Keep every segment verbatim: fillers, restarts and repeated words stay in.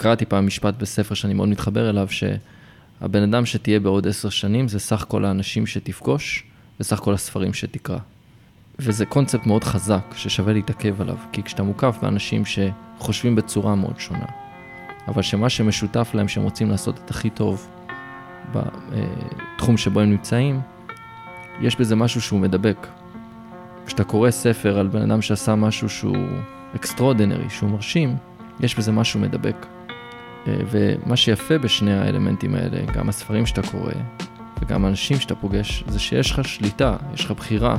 קראתי פעם משפט בספר שאני מאוד מתחבר אליו, שהבן אדם שתהיה בעוד עשר שנים, זה סך כל האנשים שתפגוש, וסך כל הספרים שתקרא. וזה קונספט מאוד חזק, ששווה להתעכב עליו, כי כשאתה מוקף באנשים שחושבים בצורה מאוד שונה, אבל שמה שמשותף להם, שהם רוצים לעשות את הכי טוב בתחום שבו הם נמצאים, יש בזה משהו שהוא מדבק. כשאתה קורא ספר על בן אדם שעשה משהו שהוא אקסטרודינרי, שהוא מרשים, יש בזה משהו מדבק. ומה שיפה בשני האלמנטים האלה, גם הספרים שאתה קורא, וגם האנשים שאתה פוגש, זה שיש לך שליטה, יש לך בחירה.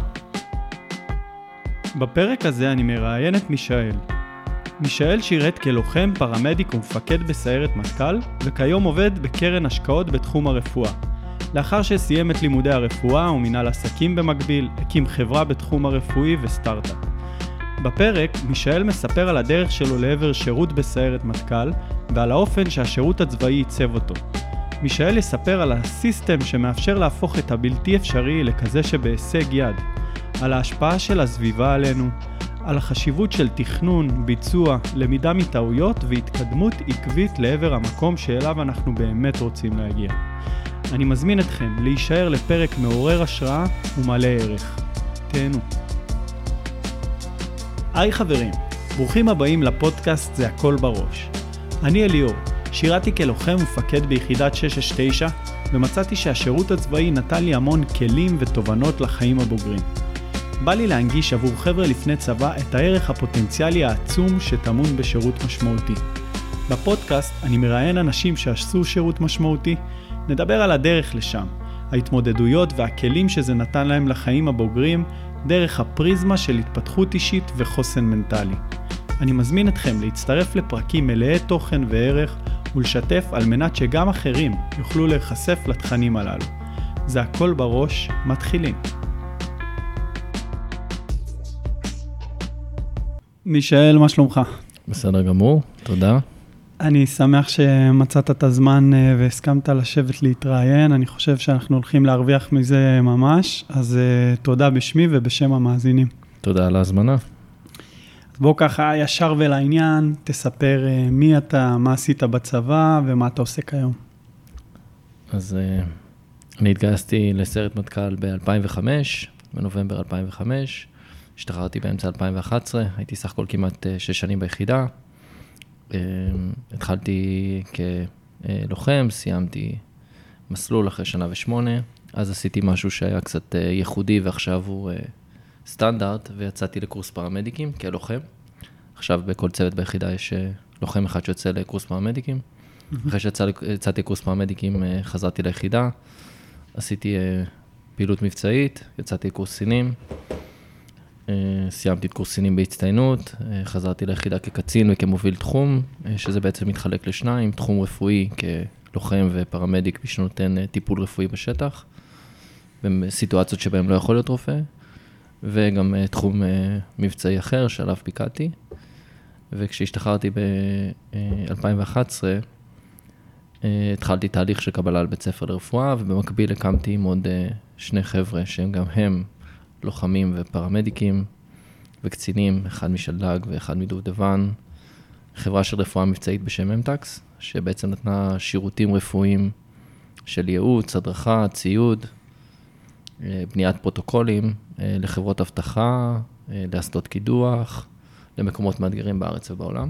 בפרק הזה אני מראיין את מישאל. מישאל שירת כלוחם, פרמדיק ומפקד בסיירת מטכ"ל, וכיום עובד בקרן השקעות בתחום הרפואה. לאחר שסיים את לימודי הרפואה ומנהל עסקים במקביל, הקים חברה בתחום הרפואי וסטארט-אפ. בפרק, מישאל מספר על הדרך שלו לעבר שירות בסיירת מטכ"ל, ועל האופן שהשירות הצבאי ייצב אותו. מישאל יספר על הסיסטם שמאפשר להפוך את הבלתי אפשרי לכזה שבהישג יד, על ההשפעה של הסביבה עלינו, על החשיבות של תכנון, ביצוע, למידה מטעויות והתקדמות עקבית לעבר המקום שאליו אנחנו באמת רוצים להגיע. אני מזמין אתכם להישאר לפרק מעורר השראה ומלא ערך. תהנו. היי חברים, ברוכים הבאים לפודקאסט זה הכל בראש. אני אליאור, שירתי כלוחם ומפקד ביחידת שש שש תשע, ומצאתי שהשירות הצבאי נתן לי המון כלים ותובנות לחיים הבוגרים. בא לי להנגיש עבור חבר'ה לפני צבא את הערך הפוטנציאלי העצום שטמון בשירות משמעותי. בפודקאסט אני מראיין אנשים שעשו שירות משמעותי, נדבר על הדרך לשם, ההתמודדויות והכלים שזה נתן להם לחיים הבוגרים, דרך הפריזמה של התפתחות אישית וחוסן מנטלי. אני מזמין אתכם להצטרף לפרקים מלאי תוכן וערך ולשתף על מנת שגם אחרים יוכלו להיחשף לתכנים הללו. זה הכל בראש, מתחילים. מישאל, מה שלומך? בסדר גמור, תודה. אני שמח שמצאת את הזמן והסכמת לשבת להתראיין. אני חושב שאנחנו הולכים להרוויח מזה ממש, אז תודה בשמי ובשם המאזינים. תודה על ההזמנה. אז בוא ככה ישר ולעניין, תספר מי אתה, מה עשית בצבא ומה אתה עושה כיום. אז אני התגייסתי לסיירת מטכ"ל ב-אלפיים וחמש, בנובמבר אלפיים וחמש, השתחררתי באמצע אלפיים ואחת עשרה, הייתי סך הכל כמעט שש שנים ביחידה. התחלתי כלוחם, סיימתי מסלול אחרי שנה ושמונה, אז עשיתי משהו שהיה קצת ייחודי ועכשיו הוא סטנדרט, ויצאתי לקורס פרמדיקים כלוחם. עכשיו בכל צוות ביחידה יש לוחם אחד שיוצא לקורס פרמדיקים. אחרי שיצאתי לקורס פרמדיקים חזרתי ליחידה, עשיתי פעילות מבצעית, יצאתי לקורס סינים, סיימתי את קורס סינים בהצטיינות, חזרתי ליחידה כקצין וכמוביל תחום, שזה בעצם מתחלק לשניים, תחום רפואי כלוחם ופרמדיק, מי שנותן טיפול רפואי בשטח, בסיטואציות שבהם לא יכול להיות רופא, וגם תחום מבצעי אחר שעליו פיקדתי. וכשהשתחררתי ב-אלפיים ואחת עשרה, התחלתי תהליך של קבלה לבית ספר לרפואה, ובמקביל הקמתי עם עוד שני חבר'ה שהם גם הם לוחמים ופרמדיקים וקצינים, אחד משלדג ואחד מדובדבן, חברה של רפואה מבצעית בשם אמטקס, שבעצם נתנה שירותים רפואיים של ייעוץ, הדרכה, ציוד, בניית פרוטוקולים לחברות אבטחה, לאסדות קידוח, למקומות מאתגרים בארץ ובעולם.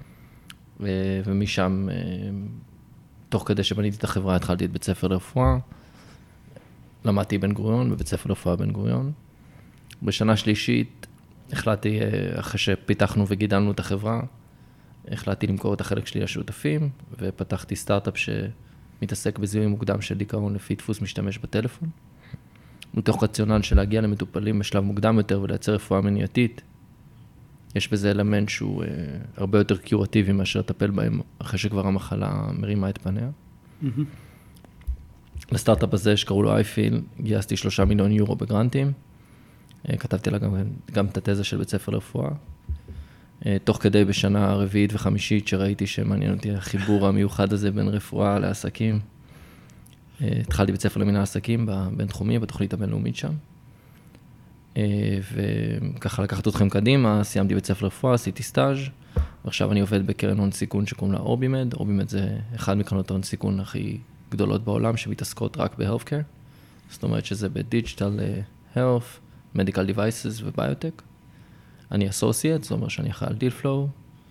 ומשם, תוך כדי שבניתי את החברה, התחלתי את בית ספר לרפואה, למדתי בן גוריון, בבית ספר לרפואה בן גוריון. בשנה שלישית החלטתי, אחרי שפיתחנו וגידלנו את החברה, החלטתי למכור את החלק שלי לשותפים, ופתחתי סטארט-אפ שמתעסק בזיהוי מוקדם של דיכאון לפי דפוס משתמש בטלפון. מתוך רציונל של להגיע למטופלים בשלב מוקדם יותר ולייצר רפואה מניעתית. יש בזה אלמנט שהוא אה, הרבה יותר קיורטיבי מאשר לטפל בהם אחרי שכבר המחלה מרימה את פניה. Mm-hmm. לסטארט-אפ הזה שקראו לו אייפיל, גייסתי שלושה מיליון יורו בגרנטים. כתבתי לה גם, גם את התזה של בית ספר לרפואה. תוך כדי בשנה הרביעית וחמישית שראיתי שמעניין אותי החיבור המיוחד הזה בין רפואה לעסקים. התחלתי בית ספר למנהל עסקים בין תחומי, בתוכנית הבינלאומית שם. וככה לקחת אתכם קדימה, סיימתי בית ספר לרפואה, עשיתי סטאז', ועכשיו אני עובד בקרן הון סיכון שקוראים לה אורבימד. אורבימד זה אחד מקרנות הון סיכון הכי גדולות בעולם, שמתעסקות רק ב-healthcare. זאת אומרת שזה ב-digital health, medical devices וביוטק. אני associate, זאת אומרת שאני אחראי על deal flow,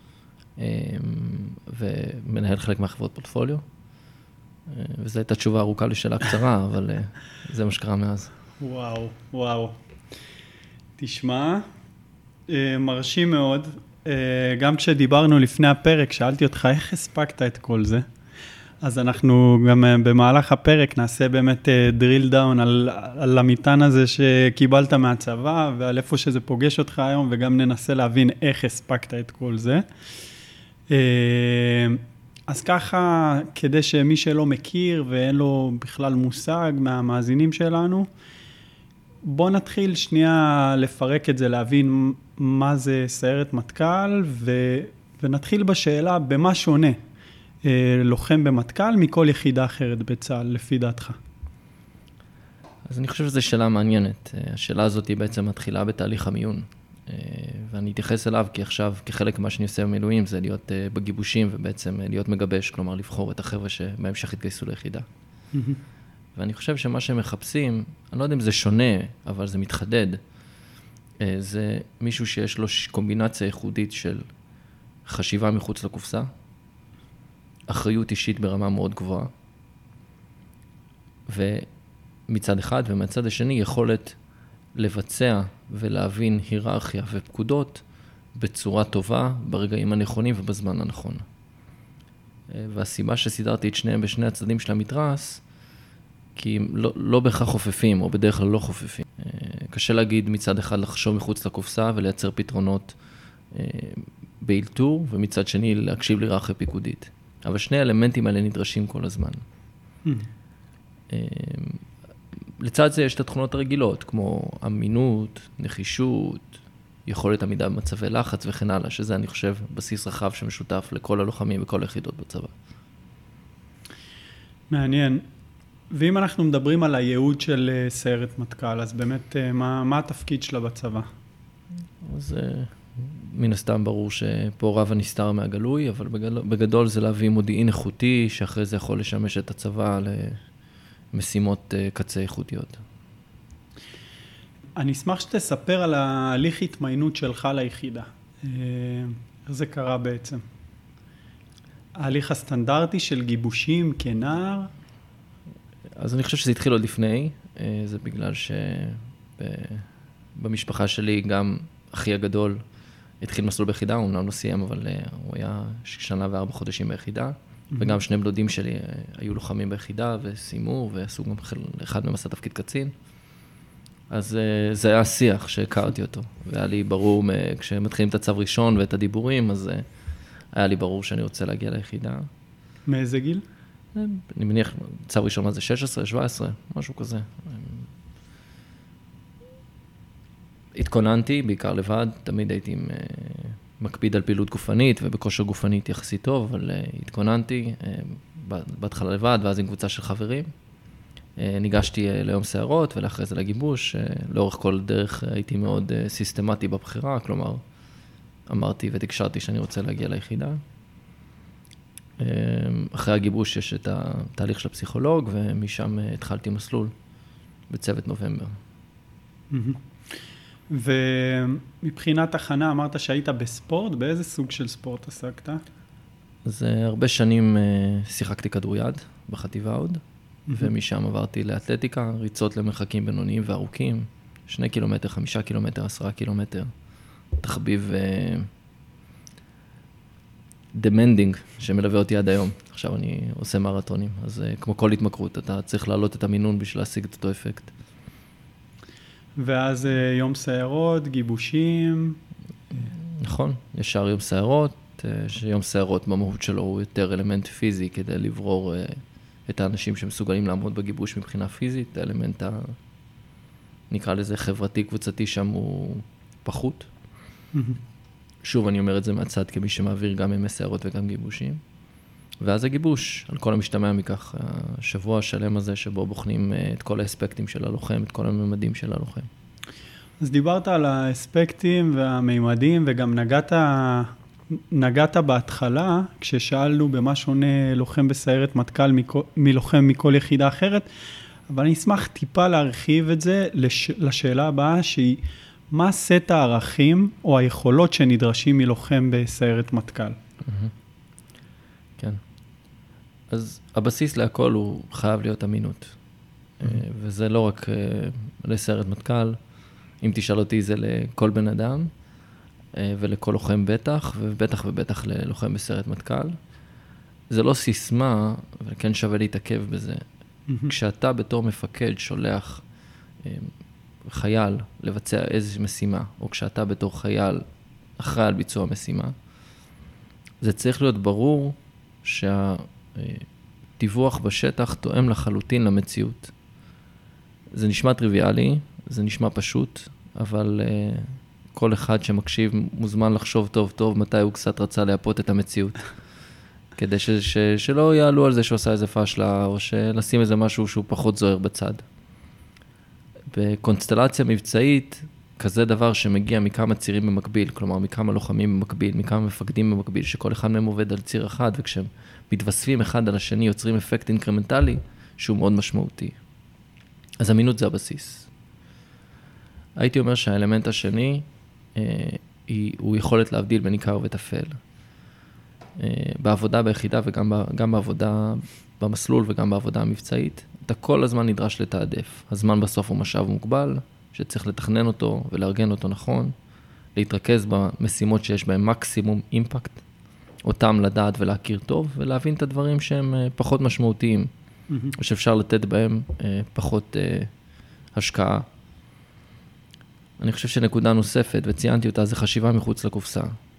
ומנהל חלק מהחברות פורטפוליו. וזו הייתה תשובה ארוכה לשאלה קצרה, אבל זה מה שקרה מאז. וואו, וואו. תשמע, מרשים מאוד. גם כשדיברנו לפני הפרק, שאלתי אותך איך הספקת את כל זה. אז אנחנו גם במהלך הפרק נעשה באמת drill down על, על המטען הזה שקיבלת מהצבא, ועל איפה שזה פוגש אותך היום, וגם ננסה להבין איך הספקת את כל זה. אז ככה, כדי שמי שלא מכיר ואין לו בכלל מושג מהמאזינים שלנו, בוא נתחיל שנייה לפרק את זה, להבין מה זה סיירת מטכ"ל, ו... ונתחיל בשאלה במה שונה לוחם במטכ"ל מכל יחידה אחרת בצה"ל, לפי דעתך. אז אני חושב שזו שאלה מעניינת. השאלה הזאת היא בעצם מתחילה בתהליך המיון. ואני אתייחס אליו כי עכשיו, כחלק מה שאני עושה במילואים, זה להיות בגיבושים ובעצם להיות מגבש, כלומר לבחור את החבר'ה שבהמשך התגייסו ליחידה. ואני חושב שמה שהם מחפשים, אני לא יודע אם זה שונה, אבל זה מתחדד, זה מישהו שיש לו קומבינציה ייחודית של חשיבה מחוץ לקופסה, אחריות אישית ברמה מאוד גבוהה, ומצד אחד ומצד השני יכולת לבצע ולהבין היררכיה ופקודות בצורה טובה, ברגעים הנכונים ובזמן הנכון. והסיבה שסידרתי את שניהם בשני הצדדים של המתרס, כי הם לא, לא בהכרח חופפים, או בדרך כלל לא חופפים. קשה להגיד מצד אחד לחשוב מחוץ לקופסה ולייצר פתרונות באלתור, ומצד שני להקשיב להיררכיה פיקודית. אבל שני האלמנטים האלה נדרשים כל הזמן. לצד זה יש את התכונות הרגילות, כמו אמינות, נחישות, יכולת עמידה במצבי לחץ וכן הלאה, שזה אני חושב בסיס רחב שמשותף לכל הלוחמים וכל היחידות בצבא. מעניין. ואם אנחנו מדברים על הייעוד של סיירת מטכ"ל, אז באמת מה, מה התפקיד שלה בצבא? אז מן הסתם ברור שפה רב הנסתר מהגלוי, אבל בגדול, בגדול זה להביא מודיעין איכותי, שאחרי זה יכול לשמש את הצבא למשימות קצה איכותיות. אני אשמח שתספר על ההליך התמיינות שלך ליחידה. איך זה קרה בעצם? ההליך הסטנדרטי של גיבושים כנער? אז אני חושב שזה התחיל עוד לפני, זה בגלל שבמשפחה שלי גם אחי הגדול התחיל מסלול ביחידה, הוא אמנם לא סיים, אבל הוא היה שנה וארבע חודשים ביחידה, וגם שני בלודים שלי היו לוחמים ביחידה וסיימו, ועשו גם אחד מהם עשה תפקיד קצין. אז זה היה השיח שהכרתי אותו, והיה לי ברור, כשמתחילים את הצו ראשון ואת הדיבורים, אז היה לי ברור שאני רוצה להגיע ליחידה. מאיזה גיל? אני מניח, צו ראשון מה זה שש עשרה, שבע עשרה, משהו כזה. התכוננתי, בעיקר לבד, תמיד הייתי עם, מקפיד על פעילות גופנית, ובכושר גופנית יחסית טוב, אבל התכוננתי, בהתחלה לבד, ואז עם קבוצה של חברים. ניגשתי ליום שערות, ולאחרי זה לגיבוש. לאורך כל דרך הייתי מאוד סיסטמטי בבחירה, כלומר, אמרתי ותקשרתי שאני רוצה להגיע ליחידה. אחרי הגיבוש יש את התהליך של הפסיכולוג, ומשם התחלתי מסלול בצוות נובמבר. ומבחינת הכנה, אמרת שהיית בספורט, באיזה סוג של ספורט עסקת? אז הרבה שנים שיחקתי כדוריד בחטיבה עוד, ומשם עברתי לאתלטיקה, ריצות למרחקים בינוניים וארוכים, שני קילומטר, חמישה קילומטר, עשרה קילומטר, תחביב דמנדינג שמלווה אותי עד היום. עכשיו אני עושה מרתונים, אז כמו כל התמכרות, אתה צריך להעלות את המינון בשביל להשיג את אותו אפקט. ואז יום סיירות, גיבושים. נכון, ישר יום סיירות, שיום סיירות במהות שלו הוא יותר אלמנט פיזי כדי לברור את האנשים שמסוגלים לעמוד בגיבוש מבחינה פיזית, האלמנט ה... נקרא לזה חברתי קבוצתי שם הוא פחות. שוב, אני אומר את זה מהצד כמי שמעביר גם ימי סיירות וגם גיבושים. ואז הגיבוש, על כל המשתמע מכך, השבוע השלם הזה שבו בוחנים את כל האספקטים של הלוחם, את כל הממדים של הלוחם. אז דיברת על האספקטים והמימדים, וגם נגעת נגעת בהתחלה, כששאלנו במה שונה לוחם בסיירת מטכ"ל מלוחם מכל יחידה אחרת, אבל אני אשמח טיפה להרחיב את זה לש... לשאלה הבאה, שהיא, מה סט הערכים או היכולות שנדרשים מלוחם בסיירת מטכ"ל? כן. אז הבסיס להכל הוא חייב להיות אמינות. וזה לא רק לסיירת מטכ"ל, אם תשאל אותי זה לכל בן אדם, ולכל לוחם בטח, ובטח ובטח ללוחם בסיירת מטכ"ל. זה לא סיסמה, וכן שווה להתעכב בזה. כשאתה בתור מפקד שולח חייל לבצע איזושהי משימה, או כשאתה בתור חייל אחראי על ביצוע משימה, זה צריך להיות ברור שהדיווח בשטח תואם לחלוטין למציאות. זה נשמע טריוויאלי, זה נשמע פשוט, אבל uh, כל אחד שמקשיב מוזמן לחשוב טוב טוב מתי הוא קצת רצה להפות את המציאות. כדי ש- ש- שלא יעלו על זה שעושה איזה פשלה, או שלשים איזה משהו שהוא פחות זוהר בצד. בקונסטלציה מבצעית, כזה דבר שמגיע מכמה צירים במקביל, כלומר מכמה לוחמים במקביל, מכמה מפקדים במקביל, שכל אחד מהם עובד על ציר אחד, וכשהם מתווספים אחד על השני, יוצרים אפקט אינקרמנטלי, שהוא מאוד משמעותי. אז אמינות זה הבסיס. הייתי אומר שהאלמנט השני, אה, היא, הוא יכולת להבדיל בין עיקר וטפל. אה, בעבודה ביחידה וגם ב, גם בעבודה במסלול וגם בעבודה המבצעית, אתה כל הזמן נדרש לתעדף. הזמן בסוף הוא משאב מוגבל, שצריך לתכנן אותו ולארגן אותו נכון, להתרכז במשימות שיש בהם מקסימום אימפקט, אותם לדעת ולהכיר טוב, ולהבין את הדברים שהם פחות משמעותיים, mm-hmm. ושאפשר לתת בהם פחות השקעה. אני חושב שנקודה נוספת, וציינתי אותה, זה חשיבה מחוץ לקופסה.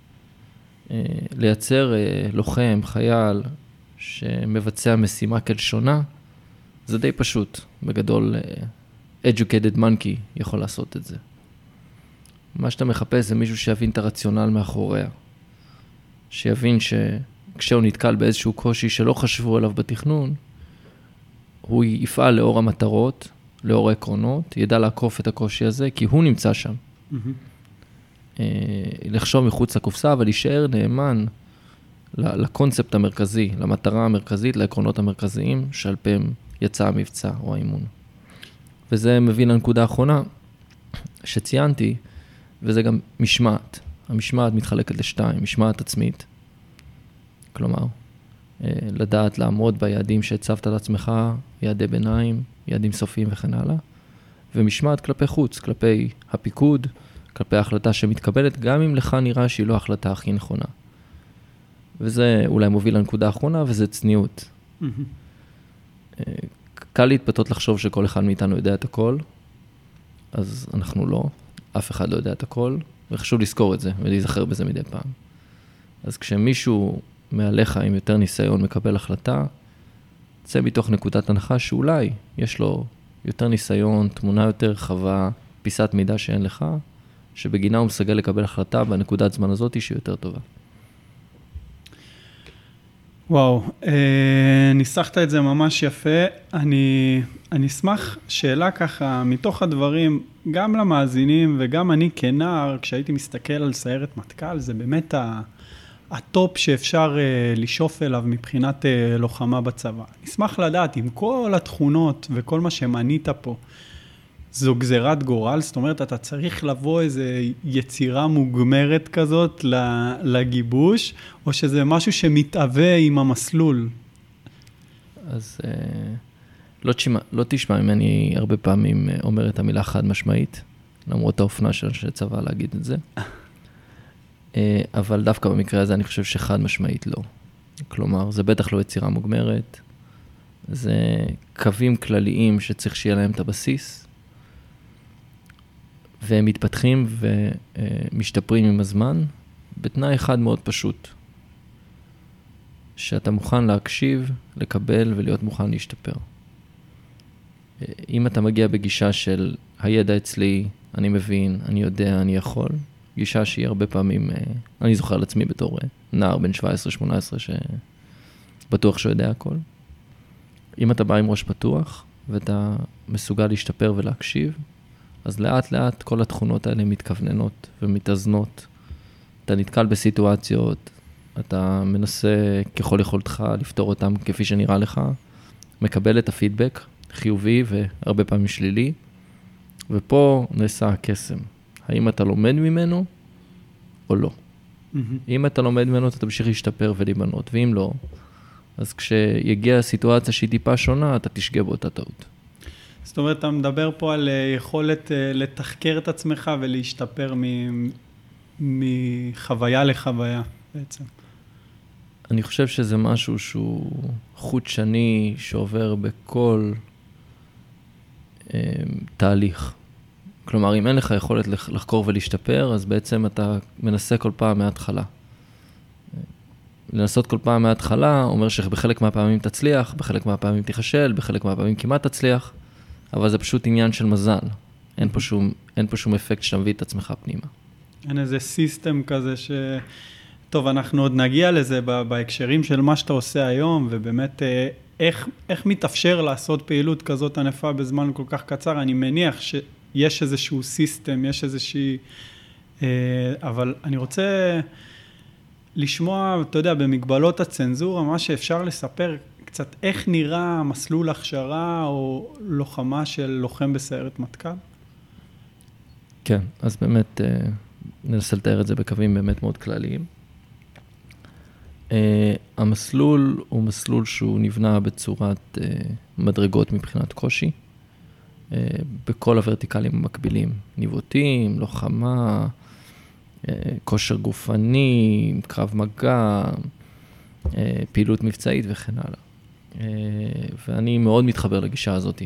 לייצר לוחם, חייל, שמבצע משימה כלשונה, זה די פשוט. בגדול, educated monkey יכול לעשות את זה. מה שאתה מחפש זה מישהו שיבין את הרציונל מאחוריה. שיבין שכשהוא נתקל באיזשהו קושי שלא חשבו עליו בתכנון, הוא יפעל לאור המטרות, לאור העקרונות, ידע לעקוף את הקושי הזה, כי הוא נמצא שם. Mm-hmm. לחשוב מחוץ לקופסה, אבל להישאר נאמן לקונספט המרכזי, למטרה המרכזית, לעקרונות המרכזיים, שעל פיהם יצא המבצע או האימון. וזה מביא לנקודה האחרונה שציינתי, וזה גם משמעת. המשמעת מתחלקת לשתיים, משמעת עצמית, כלומר, לדעת לעמוד ביעדים שהצבת לעצמך, יעדי ביניים, יעדים סופיים וכן הלאה, ומשמעת כלפי חוץ, כלפי הפיקוד, כלפי ההחלטה שמתקבלת, גם אם לך נראה שהיא לא ההחלטה הכי נכונה. וזה אולי מוביל לנקודה האחרונה, וזה צניעות. Mm-hmm. קל להתפתות לחשוב שכל אחד מאיתנו יודע את הכל, אז אנחנו לא, אף אחד לא יודע את הכל, וחשוב לזכור את זה ולהיזכר בזה מדי פעם. אז כשמישהו מעליך עם יותר ניסיון מקבל החלטה, צא מתוך נקודת הנחה שאולי יש לו יותר ניסיון, תמונה יותר רחבה, פיסת מידע שאין לך, שבגינה הוא מסגל לקבל החלטה בנקודת זמן הזאת שהיא יותר טובה. וואו, אה, ניסחת את זה ממש יפה. אני, אני אשמח שאלה ככה, מתוך הדברים, גם למאזינים וגם אני כנער, כשהייתי מסתכל על סיירת מטכ"ל, זה באמת ה, הטופ שאפשר אה, לשאוף אליו מבחינת אה, לוחמה בצבא. נשמח לדעת, עם כל התכונות וכל מה שמנית פה, זו גזירת גורל, זאת אומרת, אתה צריך לבוא איזה יצירה מוגמרת כזאת לגיבוש, או שזה משהו שמתאווה עם המסלול? אז אה, לא, תשמע, לא תשמע ממני הרבה פעמים אומר את המילה חד משמעית, למרות האופנה של צבא להגיד את זה. אה, אבל דווקא במקרה הזה אני חושב שחד משמעית לא. כלומר, זה בטח לא יצירה מוגמרת, זה קווים כלליים שצריך שיהיה להם את הבסיס, והם מתפתחים ומשתפרים עם הזמן, בתנאי אחד מאוד פשוט, שאתה מוכן להקשיב, לקבל ולהיות מוכן להשתפר. אם אתה מגיע בגישה של הידע אצלי, אני מבין, אני יודע, אני יכול, גישה שהיא הרבה פעמים, אני זוכר על עצמי בתור נער בן שבע עשרה שמונה עשרה שבטוח שהוא יודע הכל. אם אתה בא עם ראש פתוח ואתה מסוגל להשתפר ולהקשיב, אז לאט לאט כל התכונות האלה מתכווננות ומתאזנות אתה נתקל בסיטואציות, אתה מנסה ככל יכולתך לפתור אותם כפי שנראה לך, מקבל את הפידבק, חיובי והרבה פעמים שלילי, ופה נעשה הקסם. האם אתה לומד ממנו או לא? Mm-hmm. אם אתה לומד ממנו, אתה תמשיך להשתפר ולהיבנות, ואם לא, אז כשיגיע הסיטואציה שהיא טיפה שונה, אתה תשגע באותה טעות. זאת אומרת, אתה מדבר פה על יכולת לתחקר את עצמך ולהשתפר מחוויה לחוויה בעצם. אני חושב שזה משהו שהוא חוט שני שעובר בכל אה, תהליך. כלומר, אם אין לך יכולת לחקור ולהשתפר, אז בעצם אתה מנסה כל פעם מההתחלה. לנסות כל פעם מההתחלה אומר שבחלק מהפעמים תצליח, בחלק מהפעמים תיכשל, בחלק מהפעמים כמעט תצליח, אבל זה פשוט עניין של מזל. אין פה שום, אין פה שום אפקט שאתה מביא את עצמך פנימה. אין איזה סיסטם כזה ש... טוב, אנחנו עוד נגיע לזה בהקשרים של מה שאתה עושה היום, ובאמת איך, איך מתאפשר לעשות פעילות כזאת ענפה בזמן כל כך קצר. אני מניח שיש איזשהו סיסטם, יש איזושהי... אבל אני רוצה לשמוע, אתה יודע, במגבלות הצנזורה, מה שאפשר לספר קצת איך נראה מסלול הכשרה או לוחמה של לוחם בסיירת מטכ"ל? כן, אז באמת ננסה לתאר את זה בקווים באמת מאוד כלליים. Uh, המסלול הוא מסלול שהוא נבנה בצורת uh, מדרגות מבחינת קושי, uh, בכל הוורטיקלים המקבילים, ניווטים, לוחמה, uh, כושר גופני, קרב מגע, uh, פעילות מבצעית וכן הלאה. Uh, ואני מאוד מתחבר לגישה הזאת.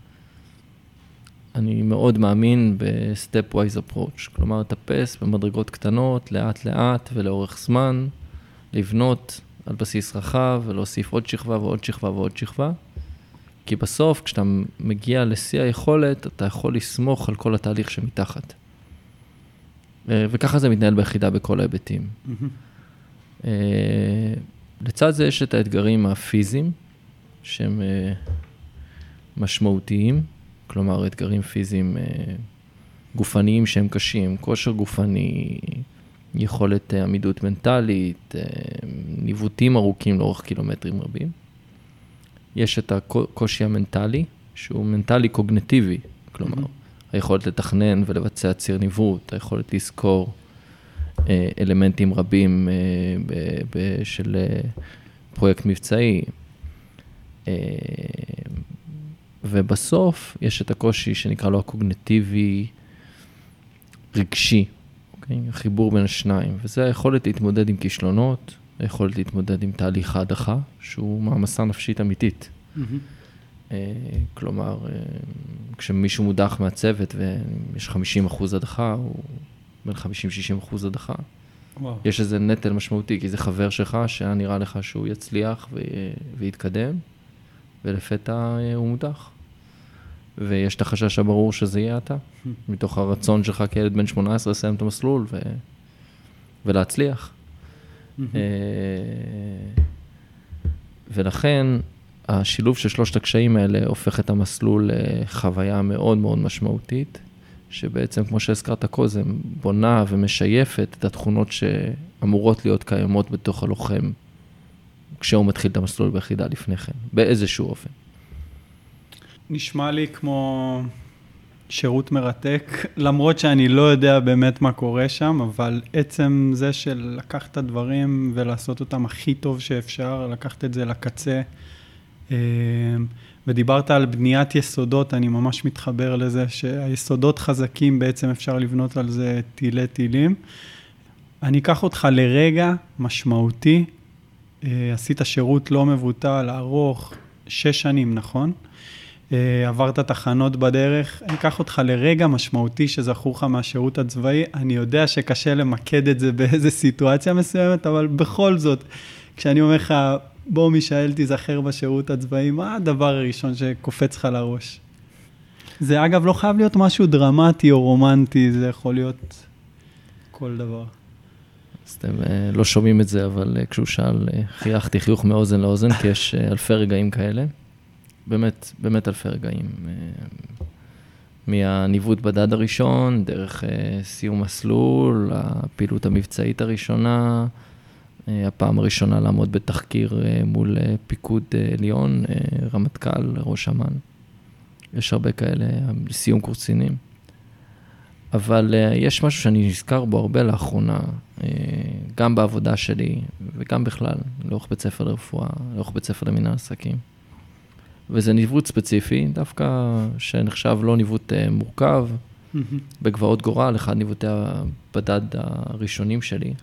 אני מאוד מאמין ב-step-wise approach, כלומר, טפס במדרגות קטנות, לאט לאט ולאורך זמן, לבנות על בסיס רחב ולהוסיף עוד שכבה ועוד שכבה ועוד שכבה, כי בסוף כשאתה מגיע לשיא היכולת, אתה יכול לסמוך על כל התהליך שמתחת. וככה זה מתנהל ביחידה בכל ההיבטים. Mm-hmm. לצד זה יש את האתגרים הפיזיים, שהם משמעותיים, כלומר אתגרים פיזיים גופניים שהם קשים, כושר גופני, יכולת עמידות מנטלית, ניווטים ארוכים לאורך קילומטרים רבים. יש את הקושי המנטלי, שהוא מנטלי קוגניטיבי, כלומר, mm-hmm. היכולת לתכנן ולבצע ציר ניווט, היכולת לזכור אלמנטים רבים של פרויקט מבצעי. ובסוף יש את הקושי שנקרא לו הקוגניטיבי רגשי, החיבור בין השניים, וזה היכולת להתמודד עם כישלונות, היכולת להתמודד עם תהליך ההדחה, שהוא מעמסה נפשית אמיתית. Mm-hmm. כלומר, כשמישהו מודח מהצוות ויש חמישים אחוז הדחה, או בין חמישים עד שישים אחוז הדחה, wow. יש איזה נטל משמעותי, כי זה חבר שלך שהיה נראה לך שהוא יצליח ו... ויתקדם, ולפתע הוא מודח. ויש את החשש הברור שזה יהיה אתה, מתוך הרצון שלך כילד בן שמונה עשרה לסיים את המסלול ו... ולהצליח. ולכן השילוב של שלושת הקשיים האלה הופך את המסלול לחוויה מאוד מאוד משמעותית, שבעצם כמו שהזכרת קודם, בונה ומשייפת את התכונות שאמורות להיות קיימות בתוך הלוחם, כשהוא מתחיל את המסלול ביחידה לפני כן, באיזשהו אופן. נשמע לי כמו שירות מרתק, למרות שאני לא יודע באמת מה קורה שם, אבל עצם זה של לקחת את הדברים ולעשות אותם הכי טוב שאפשר, לקחת את זה לקצה, ודיברת על בניית יסודות, אני ממש מתחבר לזה שהיסודות חזקים בעצם אפשר לבנות על זה טילי טילים. אני אקח אותך לרגע משמעותי, עשית שירות לא מבוטל, ארוך, שש שנים, נכון? עברת תחנות בדרך, אני אקח אותך לרגע משמעותי שזכור לך מהשירות הצבאי, אני יודע שקשה למקד את זה באיזה סיטואציה מסוימת, אבל בכל זאת, כשאני אומר לך, בוא מישאל תיזכר בשירות הצבאי, מה הדבר הראשון שקופץ לך לראש? זה אגב לא חייב להיות משהו דרמטי או רומנטי, זה יכול להיות כל דבר. אז אתם לא שומעים את זה, אבל כשהוא שאל, חייכתי חיוך מאוזן לאוזן, כי יש אלפי רגעים כאלה. באמת, באמת אלפי רגעים. מהניווט בדד הראשון, דרך סיום מסלול, הפעילות המבצעית הראשונה, הפעם הראשונה לעמוד בתחקיר מול פיקוד עליון, רמטכ"ל, ראש אמ"ן. יש הרבה כאלה, סיום קורסינים. אבל יש משהו שאני נזכר בו הרבה לאחרונה, גם בעבודה שלי וגם בכלל, לאורך בית ספר לרפואה, לאורך בית ספר למינהל עסקים. וזה ניווט ספציפי, דווקא שנחשב לא ניווט מורכב, בגבעות גורל, אחד ניווטי הבדד הראשונים שלי.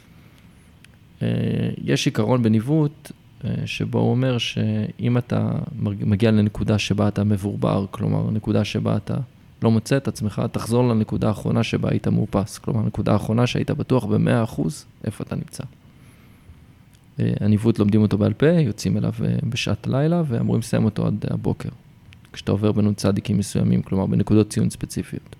יש עיקרון בניווט, שבו הוא אומר שאם אתה מגיע לנקודה שבה אתה מבורבר, כלומר, נקודה שבה אתה לא מוצא את עצמך, תחזור לנקודה האחרונה שבה היית מאופס, כלומר, נקודה האחרונה שהיית בטוח ב-מאה אחוז, איפה אתה נמצא. הניווט לומדים אותו בעל פה, יוצאים אליו בשעת לילה, ואמורים לסיים אותו עד הבוקר, כשאתה עובר בנו צדיקים מסוימים, כלומר, בנקודות ציון ספציפיות.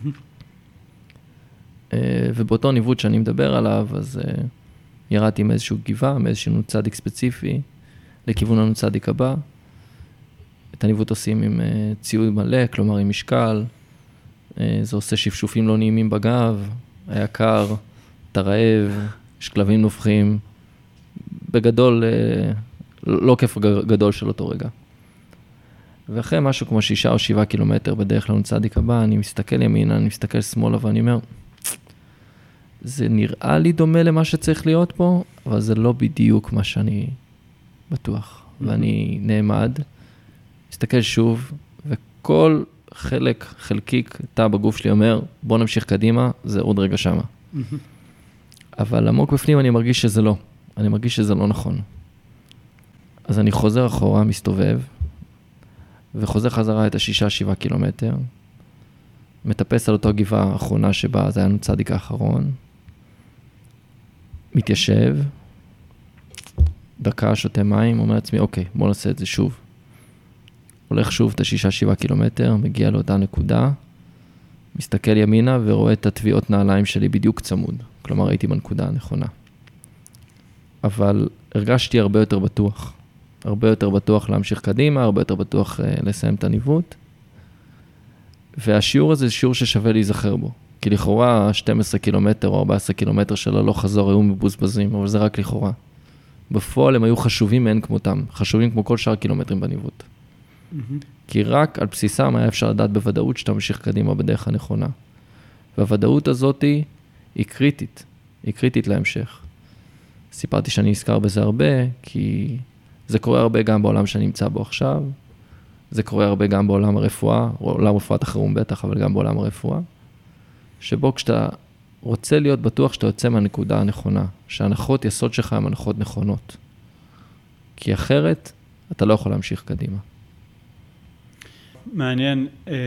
ובאותו ניווט שאני מדבר עליו, אז ירדתי מאיזשהו גבעה, מאיזשהו צדיק ספציפי, לכיוון לנו צדיק הבא. את הניווט עושים עם ציוד מלא, כלומר עם משקל. זה עושה שפשופים לא נעימים בגב, היה קר, אתה רעב, יש כלבים נופחים. בגדול, לא כיף גדול של אותו רגע. ואחרי משהו כמו שישה או שבעה קילומטר בדרך לנו צדיק הבא, אני מסתכל ימינה, אני מסתכל שמאלה ואני אומר, זה נראה לי דומה למה שצריך להיות פה, אבל זה לא בדיוק מה שאני בטוח. ואני נעמד, מסתכל שוב, וכל חלק, חלקיק, תא בגוף שלי אומר, בוא נמשיך קדימה, זה עוד רגע שמה. אבל עמוק בפנים אני מרגיש שזה לא. אני מרגיש שזה לא נכון. אז אני חוזר אחורה, מסתובב, וחוזר חזרה את השישה, שבעה קילומטר, מטפס על אותו גבעה האחרונה שבה, זה היה לנו צדיק האחרון, מתיישב, דקה, שותה מים, אומר לעצמי, אוקיי, בוא נעשה את זה שוב. הולך שוב את השישה, שבעה קילומטר, מגיע לאותה נקודה, מסתכל ימינה ורואה את התביעות נעליים שלי בדיוק צמוד. כלומר, הייתי בנקודה הנכונה. אבל הרגשתי הרבה יותר בטוח. הרבה יותר בטוח להמשיך קדימה, הרבה יותר בטוח uh, לסיים את הניווט. והשיעור הזה זה שיעור ששווה להיזכר בו. כי לכאורה שנים עשר קילומטר או ארבעה עשר קילומטר של הלוך חזור היו מבוזבזים, אבל זה רק לכאורה. בפועל הם היו חשובים מאין כמותם, חשובים כמו כל שאר קילומטרים בניווט. Mm-hmm. כי רק על בסיסם היה אפשר לדעת בוודאות שאתה ממשיך קדימה בדרך הנכונה. והוודאות הזאת היא קריטית, היא קריטית להמשך. סיפרתי שאני נזכר בזה הרבה, כי זה קורה הרבה גם בעולם שאני נמצא בו עכשיו, זה קורה הרבה גם בעולם הרפואה, או עולם רפואת החירום בטח, אבל גם בעולם הרפואה, שבו כשאתה רוצה להיות בטוח שאתה יוצא מהנקודה הנכונה, שההנחות יסוד שלך הן הנחות נכונות, כי אחרת אתה לא יכול להמשיך קדימה. מעניין.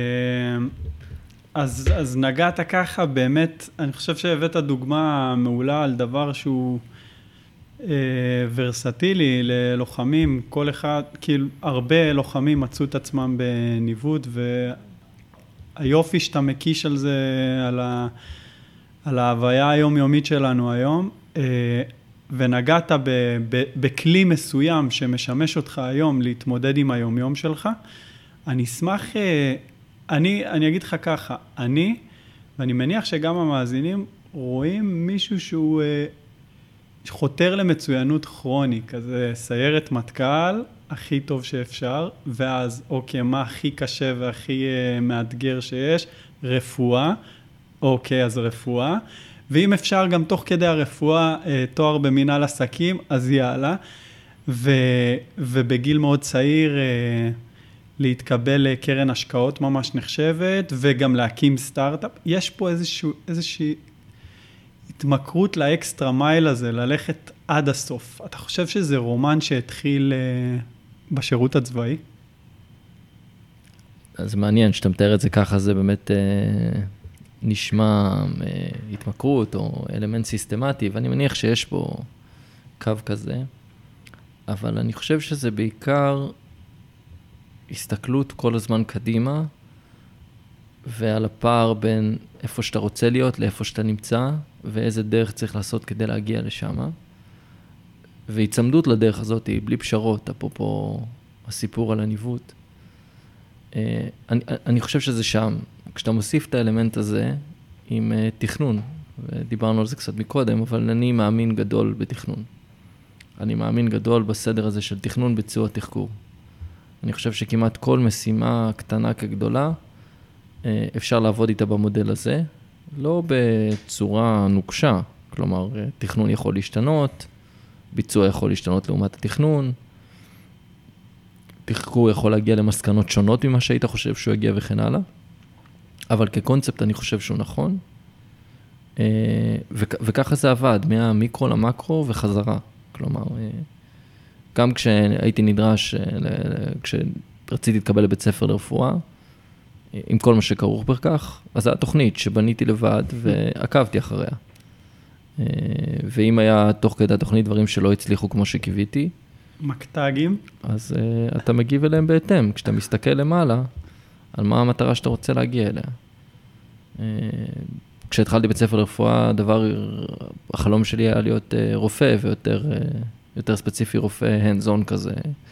אז, אז נגעת ככה, באמת, אני חושב שהבאת דוגמה מעולה על דבר שהוא אה, ורסטילי ללוחמים, כל אחד, כאילו, הרבה לוחמים מצאו את עצמם בניווט, והיופי שאתה מקיש על זה, על, ה, על ההוויה היומיומית שלנו היום, אה, ונגעת ב, ב, בכלי מסוים שמשמש אותך היום להתמודד עם היומיום שלך. אני אשמח, אה, אני, אני אגיד לך ככה, אני, ואני מניח שגם המאזינים רואים מישהו שהוא אה, חותר למצוינות כרוני, כזה סיירת מטכ"ל, הכי טוב שאפשר, ואז אוקיי, מה הכי קשה והכי אה, מאתגר שיש? רפואה, אוקיי, אז רפואה, ואם אפשר גם תוך כדי הרפואה, אה, תואר במנהל עסקים, אז יאללה, ו, ובגיל מאוד צעיר, אה, להתקבל לקרן השקעות ממש נחשבת, וגם להקים סטארט-אפ. יש פה איזשהו, איזושהי התמכרות לאקסטרה מייל הזה, ללכת עד הסוף. אתה חושב שזה רומן שהתחיל uh, בשירות הצבאי? אז מעניין, שאתה מתאר את זה ככה, זה באמת uh, נשמע uh, התמכרות או אלמנט סיסטמטי, ואני מניח שיש פה קו כזה, אבל אני חושב שזה בעיקר הסתכלות כל הזמן קדימה, ועל הפער בין איפה שאתה רוצה להיות, לאיפה שאתה נמצא, ואיזה דרך צריך לעשות כדי להגיע לשם. והצמדות לדרך הזאת, בלי פשרות, אפרופו הסיפור על הניווט. אני, אני חושב שזה שם. כשאתה מוסיף את האלמנט הזה עם תכנון, ודיברנו על זה קצת מקודם, אבל אני מאמין גדול בתכנון. אני מאמין גדול בסדר הזה של תכנון, ביצוע, תחקור. אני חושב שכמעט כל משימה קטנה כגדולה, אפשר לעבוד איתה במודל הזה, לא בצורה נוקשה, כלומר, תכנון יכול להשתנות, ביצוע יכול להשתנות לעומת התכנון, תחקור יכול להגיע למסקנות שונות ממה שהיית חושב שהוא יגיע וכן הלאה, אבל כקונספט אני חושב שהוא נכון, וככה זה עבד, מהמיקרו למקרו וחזרה. כלומר, גם כשהייתי נדרש, כשרציתי להתקבל לבית ספר לרפואה, עם כל מה שכרוך בכך, אז זו התוכנית שבניתי לבד ועקבתי אחריה. ואם היה תוך כדי התוכנית דברים שלא הצליחו כמו שקיוויתי, מקטגים. אז uh, אתה מגיב אליהם בהתאם, כשאתה מסתכל למעלה, על מה המטרה שאתה רוצה להגיע אליה. Uh, כשהתחלתי בית ספר לרפואה, הדבר, החלום שלי היה להיות uh, רופא, ויותר uh, יותר ספציפי רופא, hands-on כזה,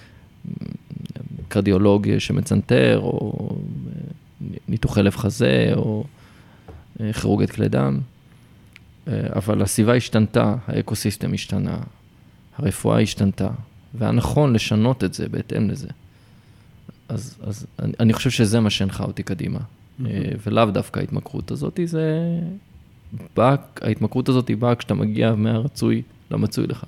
קרדיולוג שמצנתר, או uh, ניתוחי לב חזה, או uh, כירורגית כלי דם. Uh, אבל הסביבה השתנתה, האקוסיסטם השתנה, הרפואה השתנתה. והיה נכון לשנות את זה בהתאם לזה. אז, אז אני, אני חושב שזה מה שהנחה אותי קדימה. Mm-hmm. ולאו דווקא ההתמכרות הזאת, זה בא, ההתמכרות הזאת היא באה כשאתה מגיע מהרצוי למצוי לך.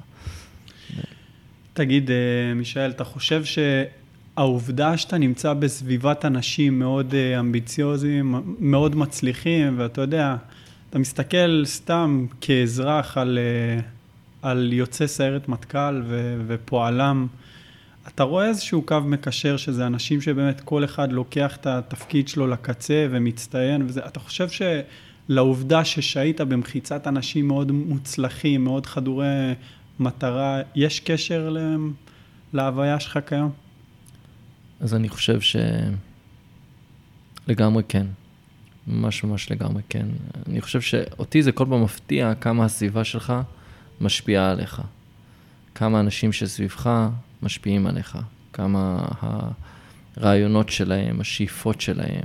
תגיד, מישאל, אתה חושב שהעובדה שאתה נמצא בסביבת אנשים מאוד אמביציוזיים, מאוד מצליחים, ואתה יודע, אתה מסתכל סתם כאזרח על... על יוצא סיירת מטכ"ל ו- ופועלם, אתה רואה איזשהו קו מקשר שזה אנשים שבאמת כל אחד לוקח את התפקיד שלו לקצה ומצטיין, וזה, אתה חושב שלעובדה ששהית במחיצת אנשים מאוד מוצלחים, מאוד חדורי מטרה, יש קשר לה, להוויה שלך כיום? אז אני חושב שלגמרי כן, ממש ממש לגמרי כן. אני חושב שאותי זה כל פעם מפתיע כמה הסביבה שלך משפיעה עליך. כמה אנשים שסביבך משפיעים עליך. כמה הרעיונות שלהם, השאיפות שלהם,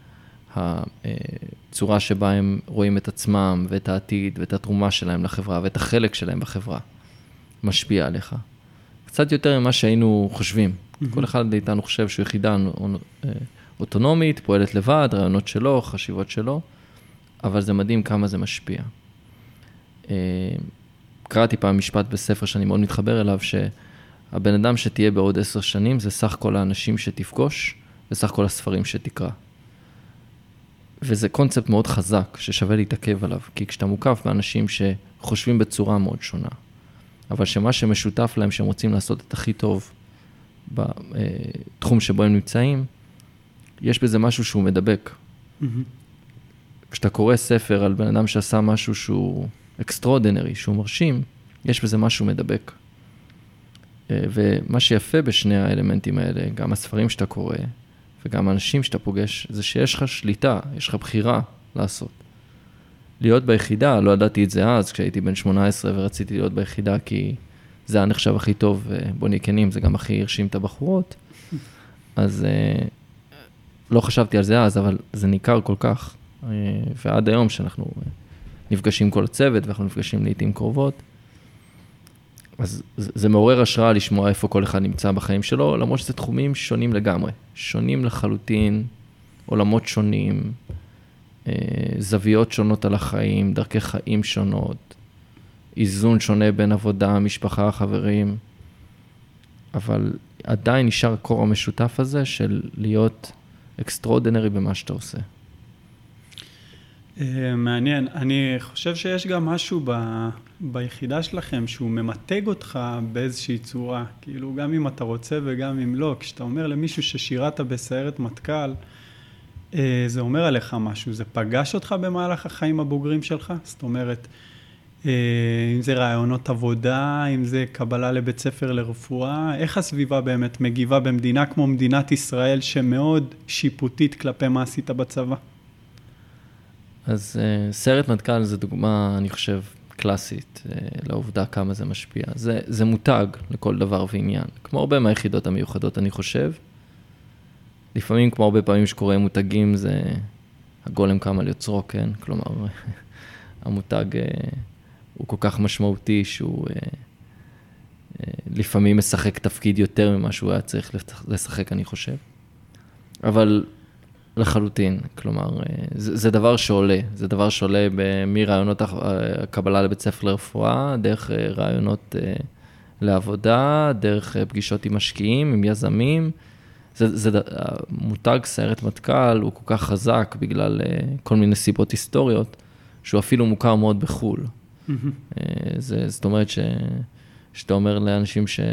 הצורה שבה הם רואים את עצמם ואת העתיד ואת התרומה שלהם לחברה ואת החלק שלהם בחברה, משפיע עליך. קצת יותר ממה שהיינו חושבים. Mm-hmm. כל אחד מאיתנו חושב שהוא יחידה אוטונומית, פועלת לבד, רעיונות שלו, חשיבות שלו, אבל זה מדהים כמה זה משפיע. קראתי פעם משפט בספר שאני מאוד מתחבר אליו, שהבן אדם שתהיה בעוד עשר שנים, זה סך כל האנשים שתפגוש, וסך כל הספרים שתקרא. וזה קונספט מאוד חזק, ששווה להתעכב עליו, כי כשאתה מוקף באנשים שחושבים בצורה מאוד שונה, אבל שמה שמשותף להם, שהם רוצים לעשות את הכי טוב בתחום שבו הם נמצאים, יש בזה משהו שהוא מדבק. Mm-hmm. כשאתה קורא ספר על בן אדם שעשה משהו שהוא אקסטרודינרי, שהוא מרשים, יש בזה משהו מדבק. ומה שיפה בשני האלמנטים האלה, גם הספרים שאתה קורא, וגם האנשים שאתה פוגש, זה שיש לך שליטה, יש לך בחירה לעשות. להיות ביחידה, לא ידעתי את זה אז, כשהייתי בן שמונה עשרה ורציתי להיות ביחידה, כי זה היה נחשב הכי טוב, ובוא נקנים, זה גם הכי הרשים את הבחורות. אז לא חשבתי על זה אז, אבל זה ניכר כל כך. ועד היום שאנחנו נפגשים כל הצוות, ואנחנו נפגשים לעתים קרובות, אז זה מעורר השראה לשמוע איפה כל אחד נמצא בחיים שלו, למרות שזה תחומים שונים לגמרי, שונים לחלוטין, עולמות שונים, זוויות שונות על החיים, דרכי חיים שונות, איזון שונה בין עבודה, משפחה, חברים, אבל עדיין נשאר הקור המשותף הזה של להיות אקסטרודינרי במה שאתה עושה. מעניין. אני חושב שיש גם משהו ב... ביחידה שלכם שהוא ממתג אותך באיזושהי צורה. כאילו גם אם אתה רוצה וגם אם לא. כשאתה אומר למישהו ששירת בסיירת מטכ"ל, זה אומר עליך משהו. זה פגש אותך במהלך החיים הבוגרים שלך? זאת אומרת, אם זה רעיונות עבודה, אם זה קבלה לבית ספר לרפואה, איך הסביבה באמת מגיבה במדינה כמו מדינת ישראל שמאוד שיפוטית כלפי מה עשית בצבא? אז uh, סיירת מטכ"ל זה דוגמה, אני חושב, קלאסית, uh, לעובדה כמה זה משפיע. זה, זה מותג לכל דבר ועניין. כמו הרבה מהיחידות המיוחדות, אני חושב, לפעמים, כמו הרבה פעמים שקורה עם מותגים, זה הגולם קם על יוצרו, כן? כלומר, המותג הוא כל כך משמעותי שהוא לפעמים משחק תפקיד יותר ממה שהוא היה צריך לשחק, אני חושב. אבל לחלוטין, כלומר, זה, זה דבר שעולה, זה דבר שעולה מרעיונות הקבלה לבית ספר לרפואה, דרך רעיונות לעבודה, דרך פגישות עם משקיעים, עם יזמים. זה, זה, המותג סיירת מטכ"ל הוא כל כך חזק בגלל כל מיני סיבות היסטוריות, שהוא אפילו מוכר מאוד בחול. זה, זאת אומרת ש, שאתה אומר לאנשים ש...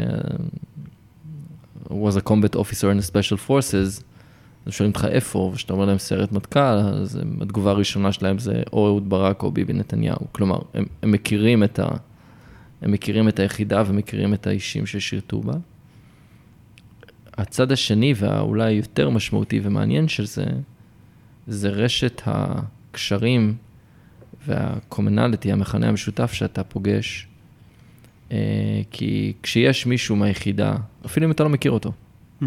was a combat officer in the special forces, אז שואלים לך איפה, ושאתה אומר להם סיירת מטכ"ל, אז התגובה הראשונה שלהם זה או אהוד ברק או ביבי נתניהו. כלומר, הם, הם מכירים את ה... הם מכירים את היחידה ומכירים את האישים ששירתו בה. הצד השני והאולי יותר משמעותי ומעניין של זה, זה רשת הקשרים והקומנליטי, המכנה המשותף שאתה פוגש, כי כשיש מישהו מהיחידה, אפילו אם אתה לא מכיר אותו,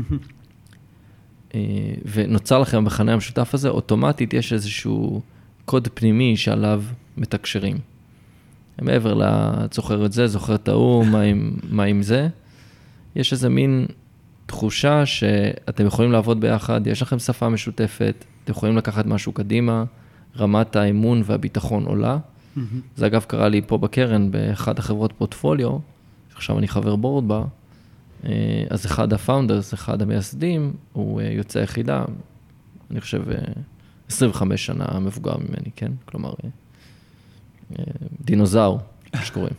ונוצר לכם המכנה המשותף הזה, אוטומטית יש איזשהו קוד פנימי שעליו מתקשרים. מעבר לזוכר את זה, זוכר את ההוא, מה עם, מה עם זה, יש איזה מין תחושה שאתם יכולים לעבוד ביחד, יש לכם שפה משותפת, אתם יכולים לקחת משהו קדימה, רמת האמון והביטחון עולה. Mm-hmm. זה אגב קרה לי פה בקרן, באחד החברות פורטפוליו, עכשיו אני חבר בורד בה, אז אחד הפאונדרס, אחד המייסדים, הוא יוצא יחידה, אני חושב עשרים וחמש שנה מבוגר ממני, כן? כלומר, דינוזאור, שקוראים.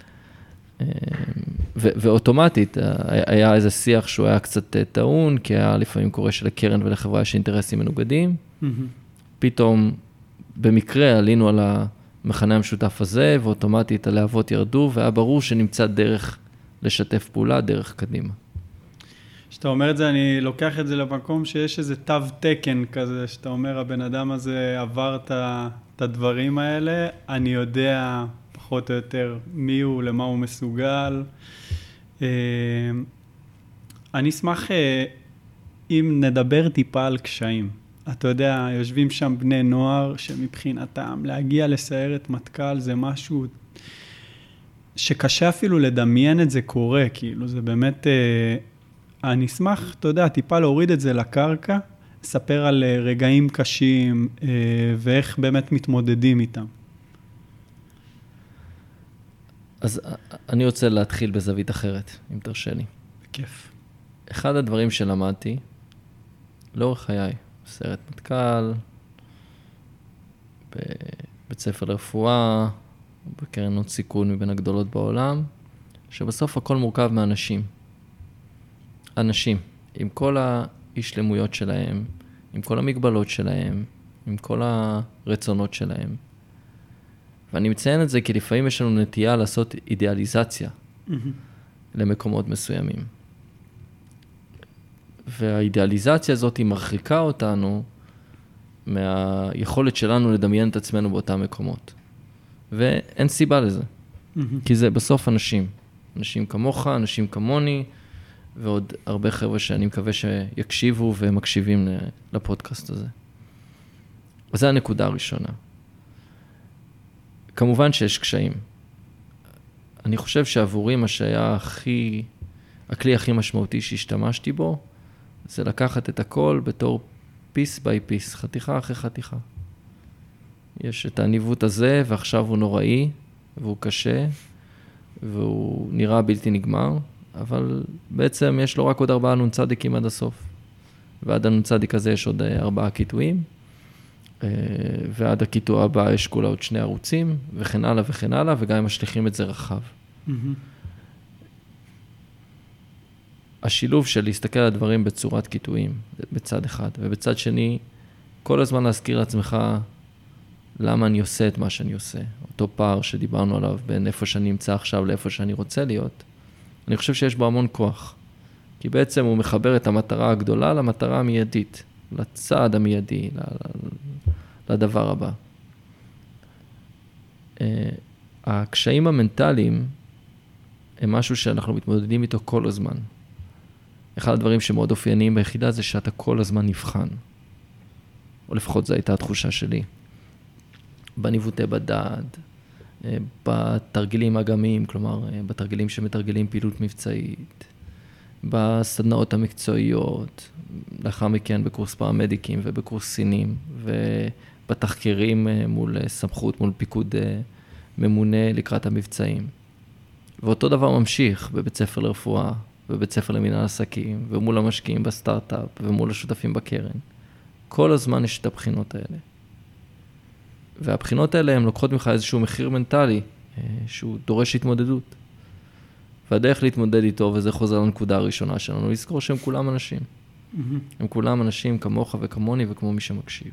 ואוטומטית, היה איזה שיח שהוא היה קצת טעון, כי היה לפעמים קורה שלקרן ולחברה יש אינטרסים מנוגדים. פתאום, במקרה, עלינו על המכנה המשותף הזה, ואוטומטית הלהבות ירדו, והיה ברור שנמצא דרך לשתף פעולה, דרך קדימה. כשאתה אומר את זה, אני לוקח את זה למקום שיש איזה תו תקן כזה, שאתה אומר, הבן אדם הזה עבר את הדברים האלה, אני יודע פחות או יותר מי הוא, למה הוא מסוגל. אני אשמח אם נדבר טיפה על קשיים. אתה יודע, יושבים שם בני נוער שמבחינתם להגיע לסיירת מטכ"ל זה משהו שקשה אפילו לדמיין את זה קורה, כאילו זה באמת, אני אשמח, אתה יודע, טיפה להוריד את זה לקרקע, לספר על רגעים קשים ואיך באמת מתמודדים איתם. אז אני רוצה להתחיל בזווית אחרת, אם תרשה לי. בכיף. אחד הדברים שלמדתי, לאורך חיי, בסיירת מטכ"ל, בבית ספר לרפואה, בקרנות סיכון מבין הגדולות בעולם, שבסוף הכל מורכב מאנשים. אנשים, עם כל ההשלמויות שלהם, עם כל המגבלות שלהם, עם כל הרצונות שלהם. ואני מציין את זה כי לפעמים יש לנו נטייה לעשות אידיאליזציה mm-hmm. למקומות מסוימים. והאידיאליזציה הזאת היא מרחיקה אותנו מהיכולת שלנו לדמיין את עצמנו באותם מקומות. ואין סיבה לזה. Mm-hmm. כי זה בסוף אנשים. אנשים כמוך, אנשים כמוני, ועוד הרבה חבר'ה שאני מקווה שיקשיבו ומקשיבים לפודקאסט הזה. אז זו הנקודה הראשונה. כמובן שיש קשיים. אני חושב שעבורי מה שהיה הכי, הכלי הכי משמעותי שהשתמשתי בו, זה לקחת את הכל בתור פיס ביי פיס, חתיכה אחרי חתיכה. יש את הניווט הזה, ועכשיו הוא נוראי, והוא קשה, והוא נראה בלתי נגמר, אבל בעצם יש לו רק עוד ארבעה נון צדיקים עד הסוף. ועד הנון צדיק הזה יש עוד ארבעה כיתויים, ועד הכיתוע הבא יש כולה עוד שני ערוצים, וכן הלאה וכן הלאה, וגם הם משליכים את זה רחב. Mm-hmm. השילוב של להסתכל על הדברים בצורת כיתויים, בצד אחד, ובצד שני, כל הזמן להזכיר לעצמך למה אני עושה את מה שאני עושה. אותו פער שדיברנו עליו בין איפה שאני נמצא עכשיו לאיפה שאני רוצה להיות, אני חושב שיש בו המון כוח. כי בעצם הוא מחבר את המטרה הגדולה למטרה המיידית, לצעד המיידי, לדבר הבא. הקשיים המנטליים הם משהו שאנחנו מתמודדים איתו כל הזמן. אחד הדברים שמאוד אופייניים ביחידה זה שאתה כל הזמן נבחן. או לפחות זו הייתה התחושה שלי. בניווטי בדד, בתרגילים אגמיים, כלומר, בתרגילים שמתרגלים פעילות מבצעית, בסדנאות המקצועיות, לאחר מכן בקורס פרמדיקים ובקורס סינים, ובתחקירים מול סמכות, מול פיקוד ממונה לקראת המבצעים. ואותו דבר ממשיך בבית ספר לרפואה, בבית ספר למינהל עסקים, ומול המשקיעים בסטארט-אפ, ומול השותפים בקרן. כל הזמן יש את הבחינות האלה. והבחינות האלה הן לוקחות ממך איזשהו מחיר מנטלי, שהוא דורש התמודדות. והדרך להתמודד איתו, וזה חוזר לנקודה הראשונה שלנו, לזכור שהם כולם אנשים. Mm-hmm. הם כולם אנשים כמוך וכמוני וכמו מי שמקשיב.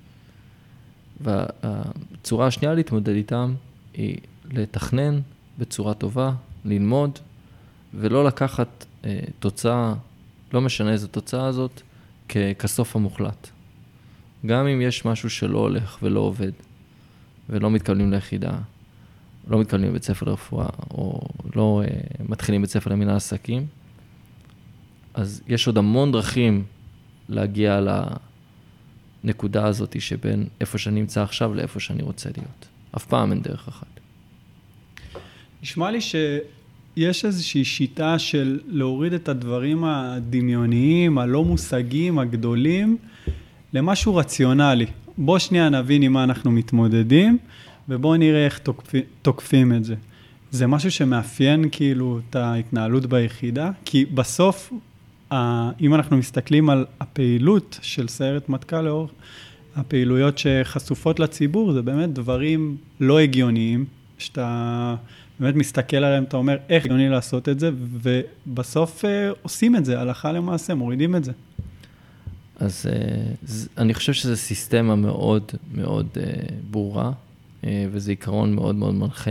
והצורה השנייה להתמודד איתם היא לתכנן בצורה טובה, ללמוד, ולא לקחת אה, תוצאה, לא משנה איזו תוצאה הזאת, כ- כסוף המוחלט. גם אם יש משהו שלא הולך ולא עובד, ולא מתקבלים ליחידה, לא מתקבלים לבית ספר לרפואה, או לא אה, מתחילים בית ספר למינהל עסקים, אז יש עוד המון דרכים להגיע לנקודה הזאת שבין איפה שאני נמצא עכשיו לאיפה שאני רוצה להיות. אף פעם אין דרך אחת. נשמע לי שיש איזושהי שיטה של להוריד את הדברים הדמיוניים, הלא מושגים, הגדולים, למשהו רציונלי. בוא שנייה נבין עם מה אנחנו מתמודדים, ובואו נראה איך תוקפים, תוקפים את זה. זה משהו שמאפיין כאילו את ההתנהלות ביחידה, כי בסוף, אם אנחנו מסתכלים על הפעילות של סיירת מטכ"ל לאור, הפעילויות שחשופות לציבור, זה באמת דברים לא הגיוניים, שאתה באמת מסתכל עליהם, אתה אומר איך הגיוני לעשות את זה, ובסוף עושים את זה, הלכה למעשה, מורידים את זה. אז אני חושב שזו סיסטמה מאוד מאוד ברורה, וזה עיקרון מאוד מאוד מנחה.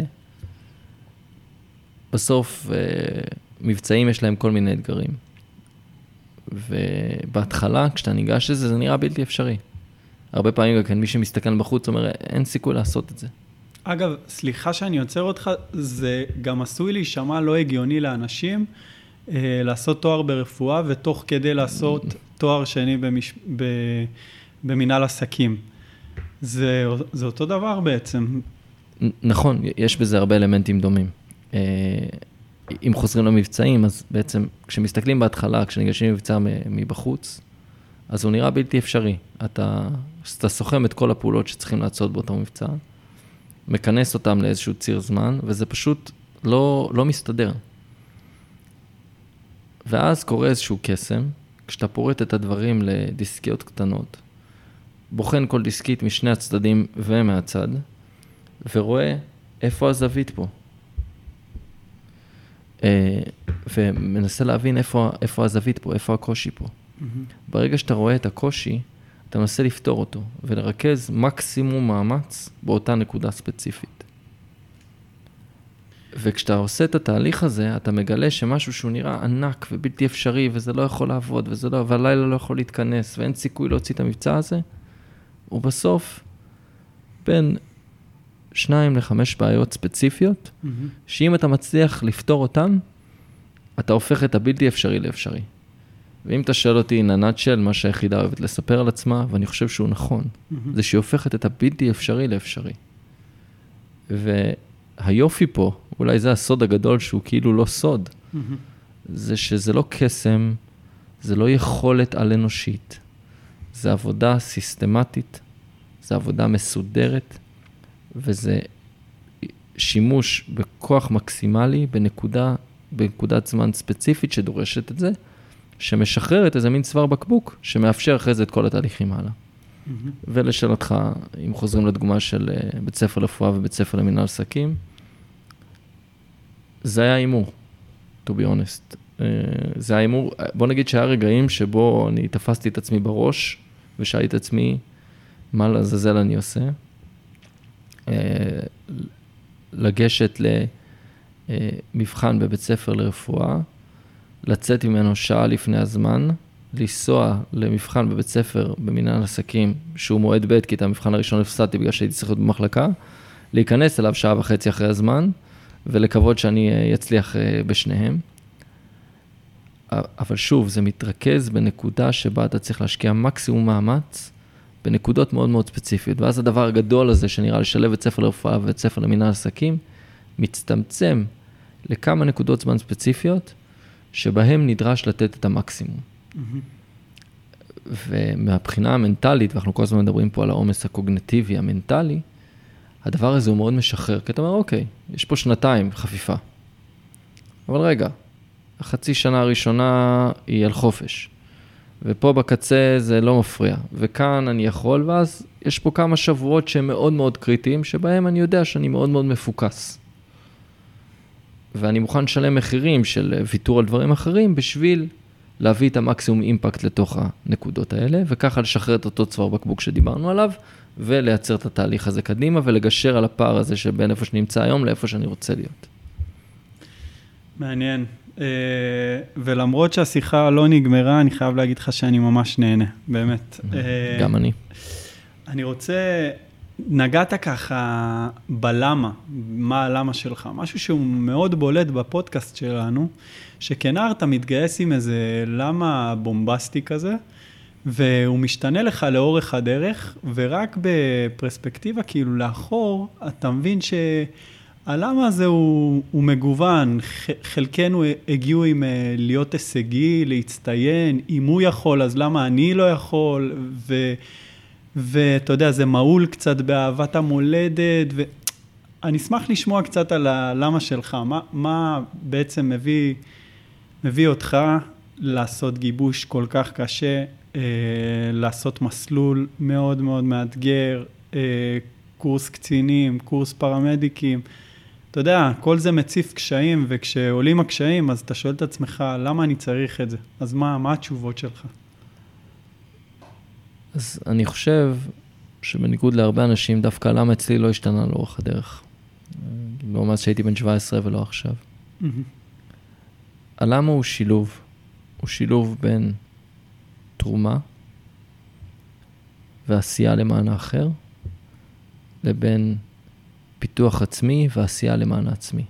בסוף, מבצעים יש להם כל מיני אתגרים. ובהתחלה, כשאתה ניגש לזה, זה נראה בלתי אפשרי. הרבה פעמים גם מי שמסתכל בחוץ אומר, אין סיכוי לעשות את זה. אגב, סליחה שאני יוצר אותך, זה גם עשוי להישמע לא הגיוני לאנשים, אה, לעשות תואר ברפואה, ותוך כדי לעשות תואר שני במש... ב... במנהל עסקים. זה, זה אותו דבר בעצם. נכון, יש בזה הרבה אלמנטים דומים. אה, אם חוזרים למבצעים, אז בעצם כשמסתכלים בהתחלה, כשניגשים מבצע מבחוץ, אז הוא נראה בלתי אפשרי. אתה, אתה סוכם את כל הפעולות שצריכים לעשות באותו מבצע, מכנס אותם לאיזשהו ציר זמן, וזה פשוט לא, לא מסתדר. ואז קורה איזשהו קסם, כשאתה פורט את הדברים לדיסקיות קטנות, בוחן כל דיסקית משני הצדדים ומהצד, ורואה איפה הזווית פה. ומנסה להבין איפה, איפה הזווית פה, איפה הקושי פה. Mm-hmm. ברגע שאתה רואה את הקושי, אתה מנסה לפתור אותו, ולרכז מקסימום מאמץ באותה נקודה ספציפית. וכשאתה עושה את התהליך הזה, אתה מגלה שמשהו שהוא נראה ענק ובלתי אפשרי, וזה לא יכול לעבוד, וזה לא, והלילה לא יכול להתכנס, ואין סיכוי להוציא את המבצע הזה, ובסוף, בין שניים לחמש בעיות ספציפיות, mm-hmm. שאם אתה מצליח לפתור אותן, אתה הופך את הבלתי אפשרי לאפשרי. ואם אתה שואל אותי, ננת של מה שהיחידה אוהבת לספר על עצמה, ואני חושב שהוא נכון, mm-hmm. זה שהיא הופכת את הבלתי אפשרי לאפשרי. והיופי פה, אולי זה הסוד הגדול שהוא כאילו לא סוד, mm-hmm. זה שזה לא קסם, זה לא יכולת על אנושית, זה עבודה סיסטמטית, זה עבודה מסודרת, וזה שימוש בכוח מקסימלי בנקודה, בנקודת זמן ספציפית שדורשת את זה, שמשחררת איזה מין צוואר בקבוק, שמאפשר אחרי זה את כל התהליכים הלאה. Mm-hmm. ולשאול אותך, אם חוזרים לדוגמה של בית ספר לרפואה ובית ספר למינהל עסקים, זה היה אימור, to be honest. זה היה אימור, בוא נגיד שהיה רגעים שבו אני תפסתי את עצמי בראש, ושאלתי את עצמי, מה לעזאזל אני עושה? לגשת למבחן בבית ספר לרפואה, לצאת ממנו שעה לפני הזמן, לנסוע למבחן בבית ספר במינהל עסקים, שהוא מועד ב' כי את המבחן הראשון הפסדתי בגלל שהייתי צריך להיות במחלקה, להיכנס אליו שעה וחצי אחרי הזמן, ולקוות שאני אצליח בשניהם. אבל שוב, זה מתרכז בנקודה שבה אתה צריך להשקיע מקסימום מאמץ, בנקודות מאוד מאוד ספציפיות. ואז הדבר הגדול הזה, שנראה לשלב את ספר לרפואה ואת ספר למינהל עסקים, מצטמצם לכמה נקודות זמן ספציפיות, שבהם נדרש לתת את המקסימום. Mm-hmm. ומהבחינה המנטלית, ואנחנו כל הזמן מדברים פה על העומס הקוגניטיבי המנטלי, הדבר הזה הוא מאוד משחרר, כי אתה אומר, אוקיי, יש פה שנתיים חפיפה. אבל רגע, החצי שנה הראשונה היא על חופש, ופה בקצה זה לא מפריע, וכאן אני יכול, ואז יש פה כמה שבועות שהם מאוד מאוד קריטיים, שבהם אני יודע שאני מאוד מאוד מפוקס. ואני מוכן לשלם מחירים של ויתור על דברים אחרים, בשביל להביא את המקסימום אימפקט לתוך הנקודות האלה, וככה לשחרר את אותו צוואר בקבוק שדיברנו עליו, ולייצר את התהליך הזה קדימה, ולגשר על הפער הזה שבין איפה שנמצא היום, לאיפה שאני רוצה להיות. מעניין. ולמרות שהשיחה לא נגמרה, אני חייב להגיד לך שאני ממש נהנה, באמת. גם אני. אני רוצה, נגעת ככה בלמה, מה הלמה שלך, משהו שהוא מאוד בולט בפודקאסט שלנו, שכנער אתה מתגייס עם איזה למה בומבסטי כזה, והוא משתנה לך לאורך הדרך, ורק בפרספקטיבה כאילו לאחור, אתה מבין ש... הלמה הזה הוא, הוא מגוון, חלקנו הגיעו עם להיות הישגי, להצטיין, אם הוא יכול, אז למה אני לא יכול, ו, ואתה יודע, זה מעול קצת באהבת המולדת, ואני אשמח לשמוע קצת על הלמה שלך, מה, מה בעצם מביא, מביא אותך לעשות גיבוש כל כך קשה, אה, לעשות מסלול מאוד מאוד מאתגר, אה, קורס קצינים, קורס פרמדיקים, אתה יודע, כל זה מציף קשיים, וכשעולים הקשיים, אז אתה שואל את עצמך, למה אני צריך את זה? אז מה, מה התשובות שלך? אז אני חושב שבניגוד להרבה אנשים, דווקא למה אצלי לא השתנה לאורך הדרך. לא מאז שהייתי בן שבע עשרה ולא עכשיו. Mm-hmm. הלמה הוא שילוב. הוא שילוב בין תרומה ועשייה למען האחר, לבין פיתוח עצמי ועשייה למען העצמי.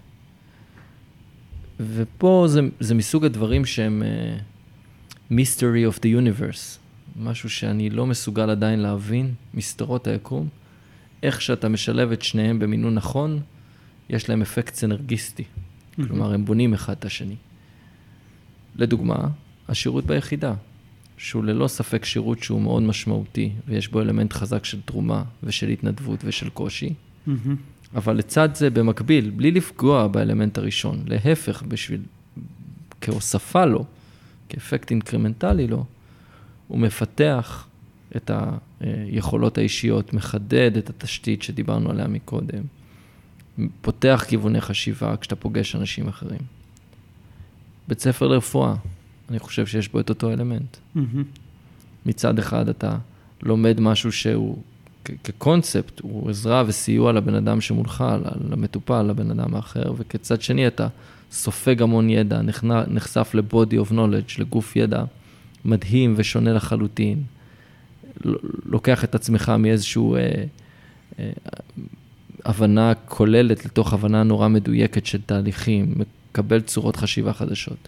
ופה זה, זה מסוג הדברים שהם uh, mystery of the universe, משהו שאני לא מסוגל עדיין להבין, מסתרות היקום, איך שאתה משלב את שניהם במינון נכון, יש להם אפקט סנרגיסטי. Mm-hmm. כלומר, הם בונים אחד את השני. לדוגמה, השירות ביחידה, שהוא ללא ספק שירות שהוא מאוד משמעותי, ויש בו אלמנט חזק של תרומה ושל התנדבות ושל קושי, mm-hmm. אבל לצד זה במקביל, בלי לפגוע באלמנט הראשון, להפך בשביל, כהוספה לו, כאפקט אינקרמנטלי לו, הוא מפתח את היכולות האישיות, מחדד את התשתית שדיברנו עליה מקודם, פותח כיווני חשיבה כשאתה פוגש אנשים אחרים. בית ספר לרפואה, אני חושב שיש בו את אותו אלמנט. Mm-hmm. מצד אחד אתה לומד משהו שהוא כ- כקונספט, הוא עזרה וסיוע לבן אדם שמולך, למטופל, לבן אדם האחר, וכצד שני אתה סופג המון ידע, נחשף ל-body of knowledge, לגוף ידע מדהים ושונה לחלוטין, לוקח את עצמך מאיזשהו אה, אה, הבנה כוללת לתוך הבנה נורא מדויקת של תהליכים, מקבל צורות חשיבה חדשות.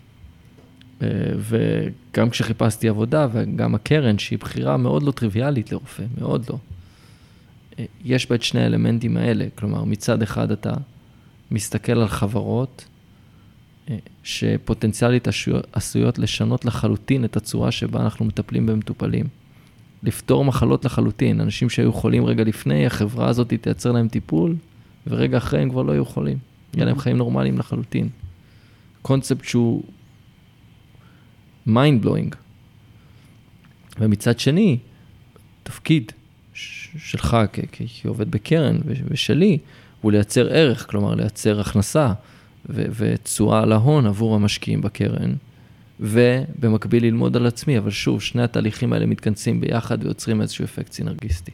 וגם כשחיפשתי עבודה, וגם הקרן, שהיא בחירה מאוד לא טריוויאלית לרופא, מאוד לא. יש בה את שני האלמנטים האלה, כלומר, מצד אחד אתה מסתכל על חברות, שפוטנציאלית עשויות לשנות לחלוטין את הצורה שבה אנחנו מטפלים במטופלים. לפתור מחלות לחלוטין, אנשים שהיו חולים רגע לפני, החברה הזאת תייצר להם טיפול, ורגע אחרי הם כבר לא היו חולים. יהיה להם חיים נורמליים לחלוטין. קונספט שהוא mind blowing. ומצד שני, תפקיד שלך כעובד בקרן ושלי, הוא לייצר ערך, כלומר לייצר הכנסה ותשואה להון עבור המשקיעים בקרן, ובמקביל ללמוד על עצמי, אבל שוב, שני התהליכים האלה מתכנסים ביחד ויוצרים איזשהו אפקט סינרגיסטי.